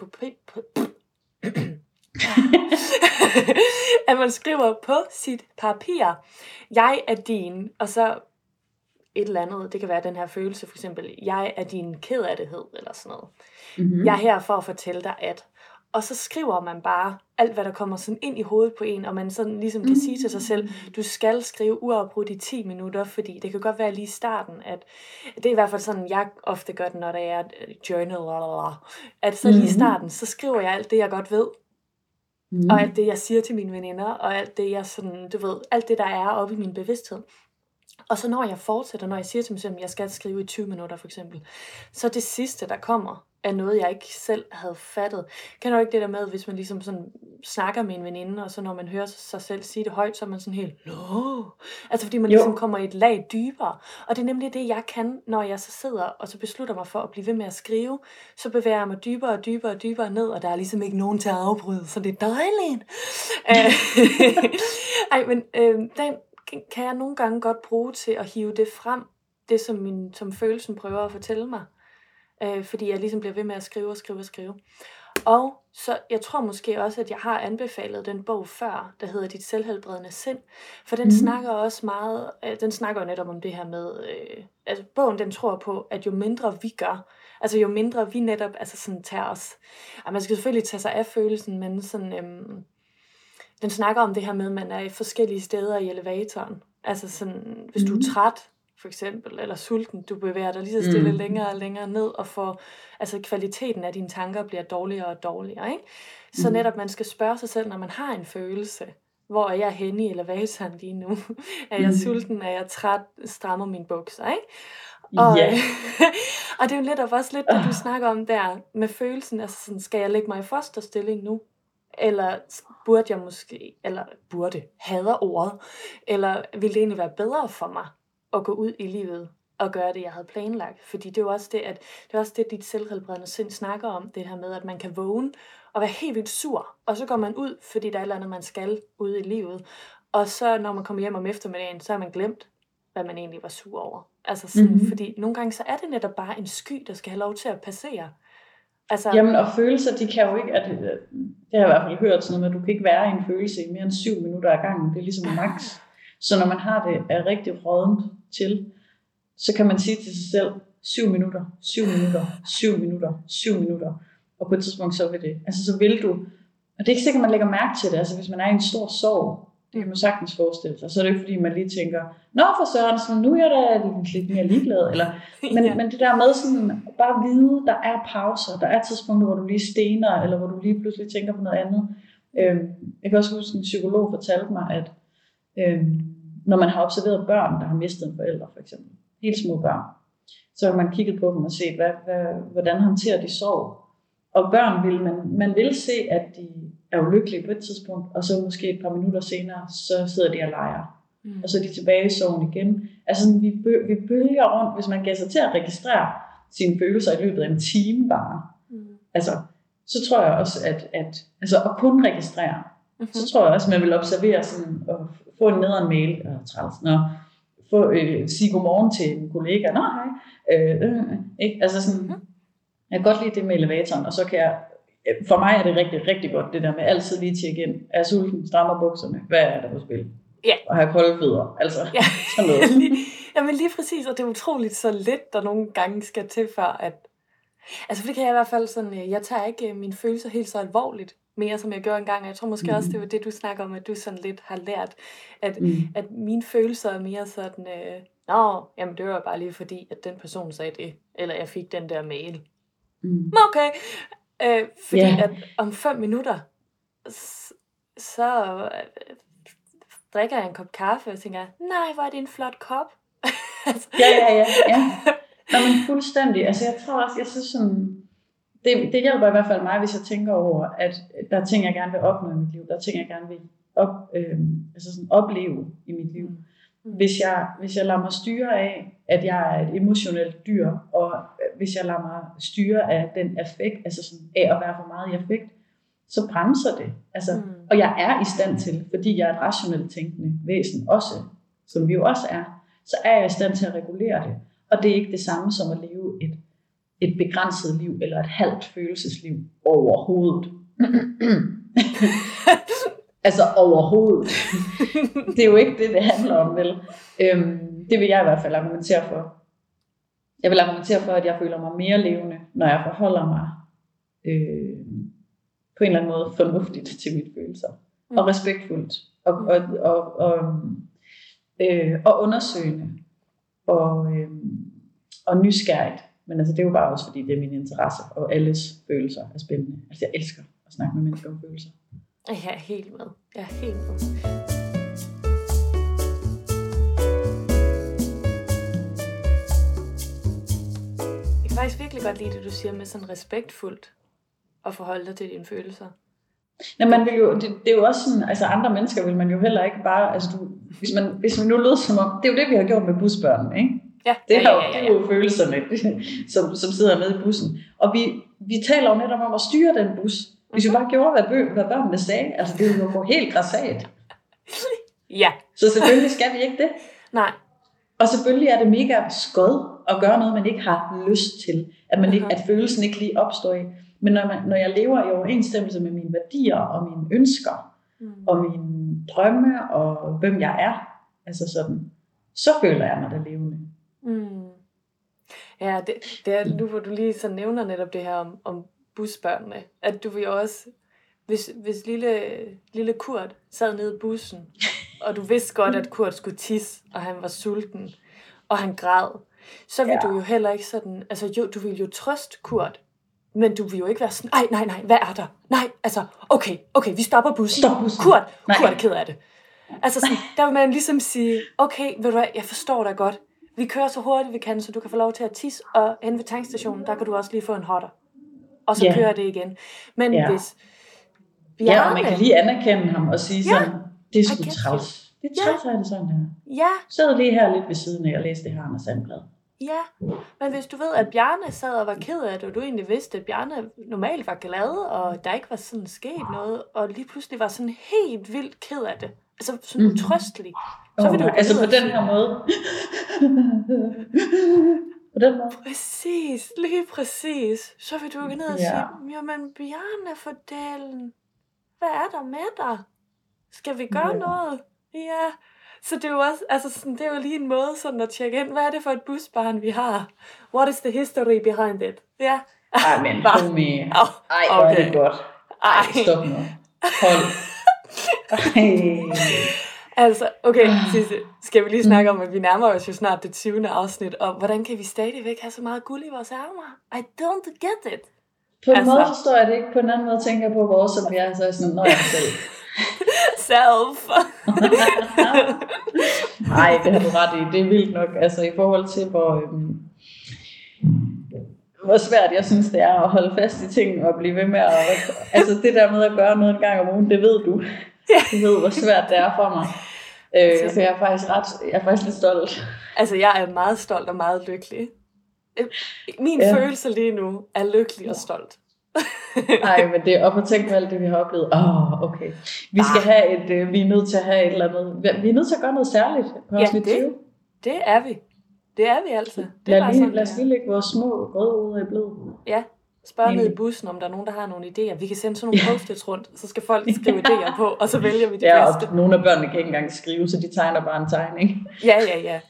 S2: at man skriver på sit papir, jeg er din, og så et eller andet, det kan være den her følelse, for eksempel, jeg er din kederlighed, eller sådan noget. Mm-hmm. Jeg er her for at fortælle dig, at. Og så skriver man bare alt, hvad der kommer sådan ind i hovedet på en, og man sådan ligesom kan sige til sig selv, du skal skrive uafbrudt i 10 minutter, fordi det kan godt være lige i starten, at det er i hvert fald sådan, jeg ofte gør det, når der er journal, at så lige i starten, så skriver jeg alt det, jeg godt ved, og alt det, jeg siger til mine veninder, og alt det, jeg sådan, du ved, alt det, der er oppe i min bevidsthed. Og så når jeg fortsætter, når jeg siger til mig selv, at jeg skal skrive i 20 minutter for eksempel, så det sidste, der kommer, er noget, jeg ikke selv havde fattet. Kan du ikke det der med, hvis man ligesom sådan snakker med en veninde, og så når man hører sig selv sige det højt, så er man sådan helt, altså fordi man ligesom kommer i et lag dybere. Og det er nemlig det, jeg kan, når jeg så sidder, og så beslutter mig for at blive ved med at skrive, så bevæger jeg mig dybere og dybere og dybere ned, og der er ligesom ikke nogen til at afbryde, så det er dejligt. Den kan jeg nogle gange godt bruge til at hive det frem, det som følelsen prøver at fortælle mig. Fordi jeg ligesom bliver ved med at skrive. Og så jeg tror måske også, at jeg har anbefalet den bog før, der hedder Dit selvhelbredende sind. For den snakker også meget, den snakker jo netop om det her med, altså bogen den tror på, at jo mindre vi gør, altså jo mindre vi netop altså sådan tager os, og man skal selvfølgelig tage sig af følelsen, men sådan, Den snakker om det her med, at man er i forskellige steder i elevatoren. Altså sådan, hvis du er træt, for eksempel, eller sulten, du bevæger dig lige så stille længere og længere ned, og får, altså kvaliteten af dine tanker bliver dårligere og dårligere, ikke? Så netop man skal spørge sig selv, når man har en følelse, hvor er jeg henne i elevatoren lige nu? Er jeg sulten? Er jeg træt? Strammer mine bukser, ikke? Og, og det er jo lidt også lidt det, du snakker om der, med følelsen, altså sådan, skal jeg lægge mig i fosterstilling nu? Eller burde jeg måske, eller hader ordet, eller ville det egentlig være bedre for mig at gå ud i livet og gøre det, jeg havde planlagt? Fordi det er jo også det, dit selvhelbredende sind snakker om, det her med, at man kan vågne og være helt vildt sur, og så går man ud, fordi der er et eller andet, man skal ud i livet, og så når man kommer hjem om eftermiddagen, så har man glemt, hvad man egentlig var sur over. Altså sådan, fordi nogle gange så er det netop bare en sky, der skal have lov til at passere. Altså,
S1: jamen, og følelser, de kan jo ikke, det har jeg i hvert fald hørt sådan noget med, at du kan ikke være i en følelse i mere end 7 minutter ad gangen. Det er ligesom max. Så når man har det er rigtig rådent til, så kan man sige til sig selv, 7 minutter, 7 minutter, 7 minutter, 7 minutter. Og på et tidspunkt så vil det, altså så vil du, og det er ikke sikkert, man lægger mærke til det, altså hvis man er i en stor sorg, det kan man sagtens forestille sig, så er det ikke fordi, man lige tænker, nå for søren, nu er jeg da lidt mere ligeglad, eller, men det der med sådan, bare vide, der er pauser, der er tidspunkter, hvor du lige stener, eller hvor du lige pludselig tænker på noget andet. Jeg kan også huske, en psykolog fortalte mig, at når man har observeret børn, der har mistet en forælder, for eksempel, helt små børn, så har man kigget på dem og set, hvordan håndterer de sorg. Og børn man vil se, at de er ulykkelige på et tidspunkt, og så måske et par minutter senere, så sidder de og leger. Og så er de tilbage i sorgen igen. Altså sådan, vi bølger rundt, hvis man gav sig til at registrere sine følelser i løbet af en time bare. Altså, så tror jeg også, at kun registrere, så tror jeg også, at man vil observere sådan, og få en nederen mail, sige godmorgen til en kollega, nå hej, ikke? Altså sådan, jeg kan godt lide det med elevatoren, og så kan jeg, for mig er det rigtig, rigtig godt, det der med altid lige tjekke ind. Er jeg sulten? Strammer bukserne? Hvad er der på spil?
S2: Ja.
S1: Og have kolde fødder, altså sådan noget.
S2: Jamen lige præcis, og det er utroligt så lidt, der nogle gange skal til for at, altså for det kan jeg i hvert fald sådan, jeg tager ikke mine følelser helt så alvorligt, mere som jeg gjorde engang, og jeg tror måske også, det var det, du snakker om, at du sådan lidt har lært, at mine følelser er mere sådan, jamen det var bare lige fordi, at den person sagde det, eller jeg fik den der mail. Okay. Fordi at om 5 minutter, så drikker jeg en kop kaffe, og tænker, nej, hvor er det en flot kop.
S1: Ja. Nå, men fuldstændig. Altså jeg tror også, jeg synes sådan, det hjælper i hvert fald mig, hvis jeg tænker over, at der er ting, jeg gerne vil opnå i mit liv. Der er ting, jeg gerne vil opleve i mit liv. Hvis jeg lader mig styre af, at jeg er et emotionelt dyr, og hvis jeg lader mig styre af den affekt, altså sådan af at være for meget i affekt, så bremser det. Altså, og jeg er i stand til, fordi jeg er et rationelt tænkende væsen også, som vi jo også er, så er jeg i stand til at regulere det. Og det er ikke det samme som at leve et begrænset liv, eller et halvt følelsesliv overhovedet. Altså overhovedet. Det er jo ikke det handler om, vel? Det vil jeg i hvert fald argumentere for. Jeg vil argumentere for, at jeg føler mig mere levende, når jeg forholder mig på en eller anden måde fornuftigt til mine følelser. Og respektfuldt. Og undersøgende. Og nysgerrigt. Men altså, det er jo bare også, fordi det er min interesse, og alles følelser er spændende. Altså, jeg elsker at snakke med mennesker om følelser.
S2: Jeg er helt med. Jeg kan faktisk virkelig godt lide det, du siger med sådan respektfuldt at forholde dig til dine følelser.
S1: Ja, man vil jo, det er jo også sådan, altså andre mennesker vil man jo heller ikke bare, altså hvis man nu lød som om, det er jo det, vi har gjort med busbørnene, ikke?
S2: Ja.
S1: Det er jo følelserne, som sidder med i bussen. Og vi taler jo netop om at styre den bus. Hvis vi bare gjorde, hvad børnene sagde, altså det ville jo gå helt grassat.
S2: Ja.
S1: Så selvfølgelig skal vi ikke det.
S2: Nej.
S1: Og selvfølgelig er det mega skød at gøre noget, man ikke har lyst til. At følelsen ikke lige opstår i. Men når jeg lever i overensstemmelse med mine værdier og mine ønsker, og mine drømme og hvem jeg er, altså sådan, så føler jeg mig da levende.
S2: Ja, det er nu, hvor du lige så nævner netop det her om busbørnene, at du vil jo også hvis lille Kurt sad nede i bussen, og du vidste godt, at Kurt skulle tisse, og han var sulten, og han græd, så vil du jo heller ikke sådan, altså jo, du vil jo trøste Kurt, men du vil jo ikke være sådan, nej, hvad er der? Nej, altså, okay, vi stopper bussen.
S1: Stop bussen.
S2: Kurt er ked af det. Altså sådan, der vil man ligesom sige, okay, ved du hvad, jeg forstår dig godt. Vi kører så hurtigt vi kan, så du kan få lov til at tisse, og hen ved tankstationen, der kan du også lige få en hotter. Og så kører det igen. Men hvis Bjarne...
S1: Ja, og man kan lige anerkende ham og sige sådan, det er sgu træls. Det er træls, det sådan her.
S2: Ja.
S1: Sidder lige her lidt ved siden af og læste det her Anders Sandblad.
S2: Ja, men hvis du ved, at Bjarne sad og var ked af det, og du egentlig vidste, at Bjarne normalt var glad, og der ikke var sådan sket noget, og lige pludselig var sådan helt vildt ked af det, altså sådan utrøstelig, så vil du
S1: altså på den her måde. På den måde.
S2: Præcis, lige præcis. Så vil du gå ned og sige, jamen Bjarne, for delen, hvad er der med dig? Skal vi gøre noget? Ja. Så det er jo også, altså sådan, det er jo lige en måde sådan at tjekke ind, hvad er det for et busbarn, vi har? What is the history behind it? Ja.
S1: Ej, men homie. Ej, hvor er det godt. Ej, stop nu. Hold.
S2: Altså, okay, Sisse, skal vi lige snakke om, at vi nærmer os jo snart det 20. afsnit, og hvordan kan vi stadigvæk have så meget guld i vores ærmer? I don't get it.
S1: På en måde forstår jeg det ikke, på en anden måde tænker jeg på vores, som jeg så er sådan, når jeg selv.
S2: Self.
S1: Nej, det har du ret i. Det er vildt nok. Altså i forhold til, hvor svært jeg synes, det er at holde fast i ting og blive ved med at... Altså det der med at gøre noget en gang om ugen, det ved du. Du ved, hvor svært det er for mig. Så jeg er faktisk lidt stolt.
S2: Altså jeg er meget stolt og meget lykkelig. Min følelse lige nu er lykkelig og stolt.
S1: Nej, men det er op at tænke på alt det, vi har oplevet. Okay. Vi skal have vi er nødt til at have et eller andet. Vi er nødt til at gøre noget særligt på afsnit 20.
S2: Det er vi. Det er vi altså.
S1: Lad os lige lægge vores små røde ude i blod.
S2: Ja. Spørg ned i bussen, om der er nogen, der har nogle idéer. Vi kan sende sådan nogle post-its rundt, så skal folk skrive idéer på, og så vælger vi de bedste.
S1: Og nogle af børnene kan ikke engang skrive, så de tegner bare en tegning.
S2: Ja.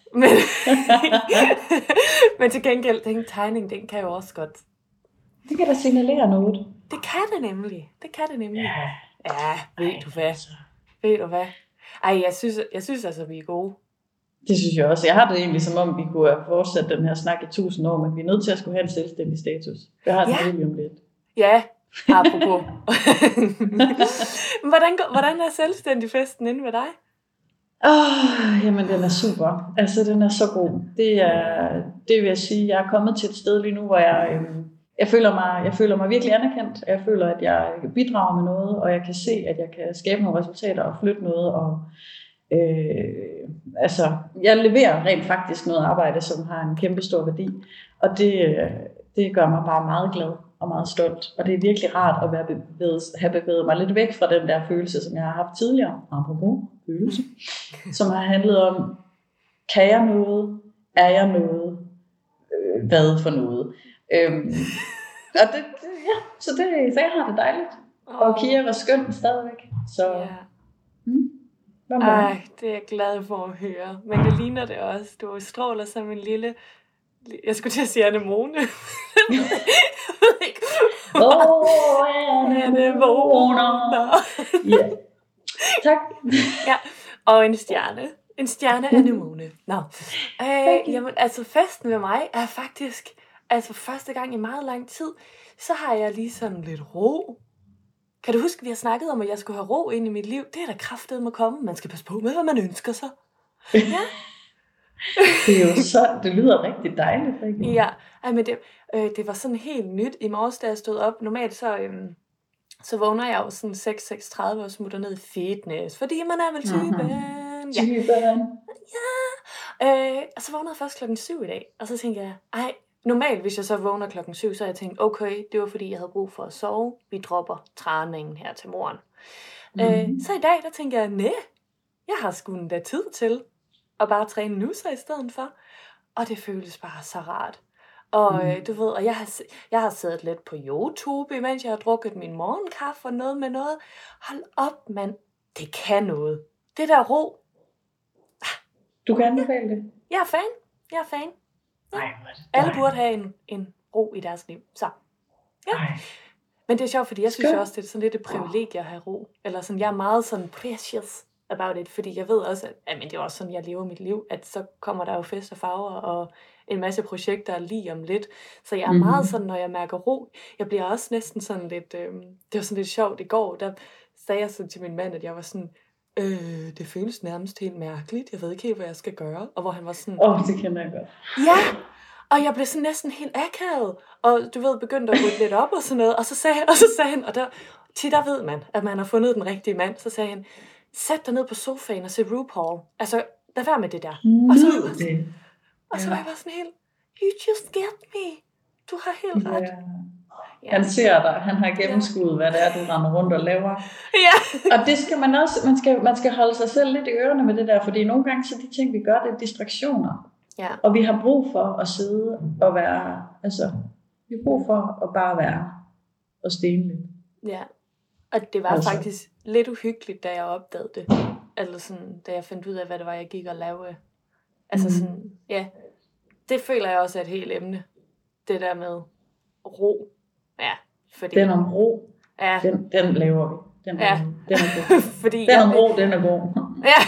S2: Men til gengæld, den tegning, den kan jo også godt.
S1: Det kan da signalere noget.
S2: Det kan det nemlig. Ja, ved du hvad? Ej, jeg synes altså, vi er gode.
S1: Det synes jeg også. Jeg har det egentlig som om, vi kunne have fortsat den her snak i 1000 år, men vi er nødt til at skulle have en selvstændig status. Jeg har det lige om lidt.
S2: Ja, apropos. Hvordan er selvstændig festen inde ved dig?
S1: Jamen den er super. Altså den er så god. Det vil jeg sige. Jeg er kommet til et sted lige nu, hvor jeg føler mig virkelig anerkendt. Jeg føler, at jeg bidrager med noget, og jeg kan se, at jeg kan skabe nogle resultater og flytte noget. Og jeg leverer rent faktisk noget arbejde, som har en kæmpe stor værdi. Og det gør mig bare meget glad og meget stolt. Og det er virkelig rart at have bevæget mig lidt væk fra den der følelse, som jeg har haft tidligere. Apropos følelse. Som har handlet om, kan jeg noget? Er jeg noget? Hvad for noget? Og så jeg har det dejligt. Og Kira var skøn stadigvæk. Så
S2: ej, det er jeg glad for at høre. Men det ligner det også. Du stråler som en lille... Jeg skulle til at sige anemone.
S1: Anemoner. Ja. Tak.
S2: Ja, og en stjerne. En stjerne anemone. Jamen, altså festen med mig er faktisk... Altså første gang i meget lang tid, så har jeg lige sådan lidt ro. Kan du huske, vi har snakket om, at jeg skulle have ro ind i mit liv? Det er da kraftedeme at komme. Man skal passe på med, hvad man ønsker sig. Ja.
S1: Det er jo så, det lyder rigtig dejligt. Ikke?
S2: Ja, men det var sådan helt nyt i morges, da jeg stod op. Normalt så vågner jeg jo sådan 6:36 og smutter ned i fitness, fordi man er vel typen. Ja. Og så vågnede jeg først 7:00 i dag, og så tænkte jeg, normalt, hvis jeg så vågner 7:00, så har jeg tænkt, okay, det var fordi, jeg havde brug for at sove. Vi dropper træningen her til morgen. Så i dag, der tænker jeg, jeg har sgu endda tid til at bare træne nu så i stedet for. Og det føles bare så rart. Og du ved, og jeg har siddet lidt på YouTube, imens jeg har drukket min morgenkaffe og noget med noget. Hold op, mand. Det kan noget. Det der ro.
S1: Du kan anbefale det?
S2: Jeg er fan. Ja. Alle burde have en ro i deres liv. Så. Ja. Men det er sjovt, fordi jeg synes jo også, det er sådan lidt et privilegie at have ro. Eller sådan, jeg er meget sådan precious about it, fordi jeg ved også, at men det er også sådan, jeg lever mit liv, at så kommer der jo fest og farver og en masse projekter lige om lidt. Så jeg er meget sådan, når jeg mærker ro, jeg bliver også næsten sådan lidt, det var sådan lidt sjovt i går, der sagde jeg så til min mand, at jeg var sådan, det føles nærmest helt mærkeligt, jeg ved ikke helt, hvad jeg skal gøre, og hvor han var sådan,
S1: det kender jeg godt.
S2: Ja, og jeg blev sådan næsten helt akavet, og du ved, begyndte at rydde lidt op og sådan noget, og så sagde han, og der ved man, at man har fundet den rigtige mand, så sagde han, sæt dig ned på sofaen og se RuPaul, altså lad være med det der. Og så var jeg bare sådan helt, you just get me, du har helt ret.
S1: Ja. Han ser dig, han har gennemskuet, hvad det er, du render rundt og laver.
S2: Ja.
S1: Og det skal man også, man skal holde sig selv lidt i ørerne med det der, fordi nogle gange så de ting, vi gør, det er distraktioner.
S2: Ja.
S1: Og vi har brug for at sidde og være, vi har brug for at bare være og stene lidt.
S2: Ja, og det var faktisk lidt uhyggeligt, da jeg opdagede det. Altså sådan, da jeg fandt ud af, hvad det var, jeg gik og lavede. Altså sådan, ja, det føler jeg også er et helt emne. Det der med ro. Ja, fordi... Den om ro,
S1: ja. Den laver vi. Den er god.
S2: Fordi
S1: den om ro, den er god.
S2: Ja.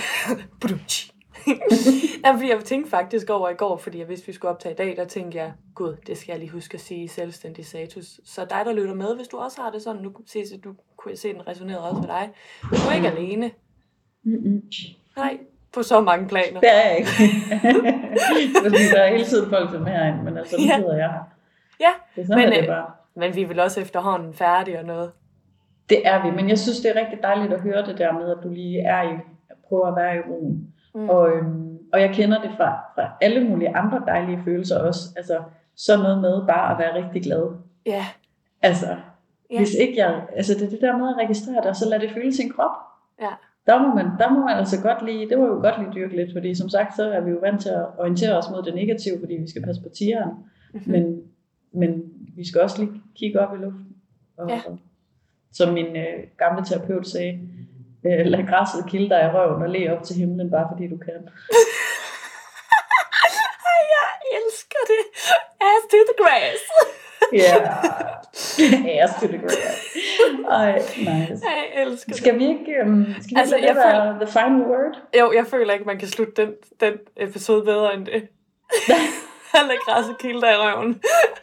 S2: Ja, fordi jeg tænkte faktisk over i går, fordi jeg vidste, vi skulle optage i dag, der tænkte jeg, gud, det skal jeg lige huske at sige i selvstændig status. Så dig, der lytter med, hvis du også har det sådan, nu kunne jeg se, den resonerede også med dig. Du er ikke alene. Nej, på så mange planer.
S1: Det er jeg ikke. Fordi der er hele tiden folk til mere ind, men altså, nu sidder jeg her.
S2: Ja,
S1: det er sådan, men, det bare.
S2: Men vi er vel også efterhånden færdige og noget.
S1: Det er vi, men jeg synes, det er rigtig dejligt at høre det der med, at du lige prøver at være i roen. Og jeg kender det fra alle mulige andre dejlige følelser også. Altså sådan noget med bare at være rigtig glad.
S2: Ja.
S1: Altså, hvis ikke det er det der med at registrere det, og så lade det føle sin krop.
S2: Ja.
S1: Der må man altså godt lige, det må jo godt lige dyrke lidt, fordi som sagt, så er vi jo vant til at orientere os mod det negative, fordi vi skal passe på tigeren. Men vi skal også lige kigge op i luften. Og som min gamle terapeut sagde, lad græsset kilde dig i røven og læg op til himlen, bare fordi du kan.
S2: Jeg elsker det. Ass to the grass.
S1: Ass to the grass. Ej, nice.
S2: Jeg elsker det.
S1: Skal vi ikke lade det være the final word?
S2: Jo, jeg føler ikke, man kan slutte den episode bedre end det. Lad græsset kilde dig i røven.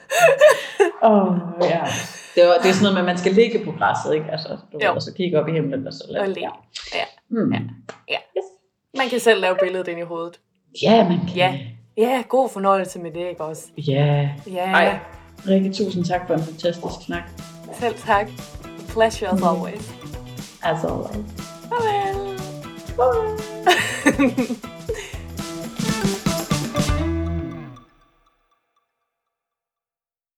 S1: Ja. Det er sådan noget med, at man skal ligge på græsset, ikke? Altså, og så kigge op i himlen og så lade det.
S2: Ja. Yes. Man kan selv lave billedet ind i hovedet.
S1: Ja, man kan.
S2: Ja, god fornøjelse med det, ikke også?
S1: Ja. Ej, Rikke, tusind tak for en fantastisk snak.
S2: Selv tak. Pleasure as always.
S1: As always.
S2: Farvel.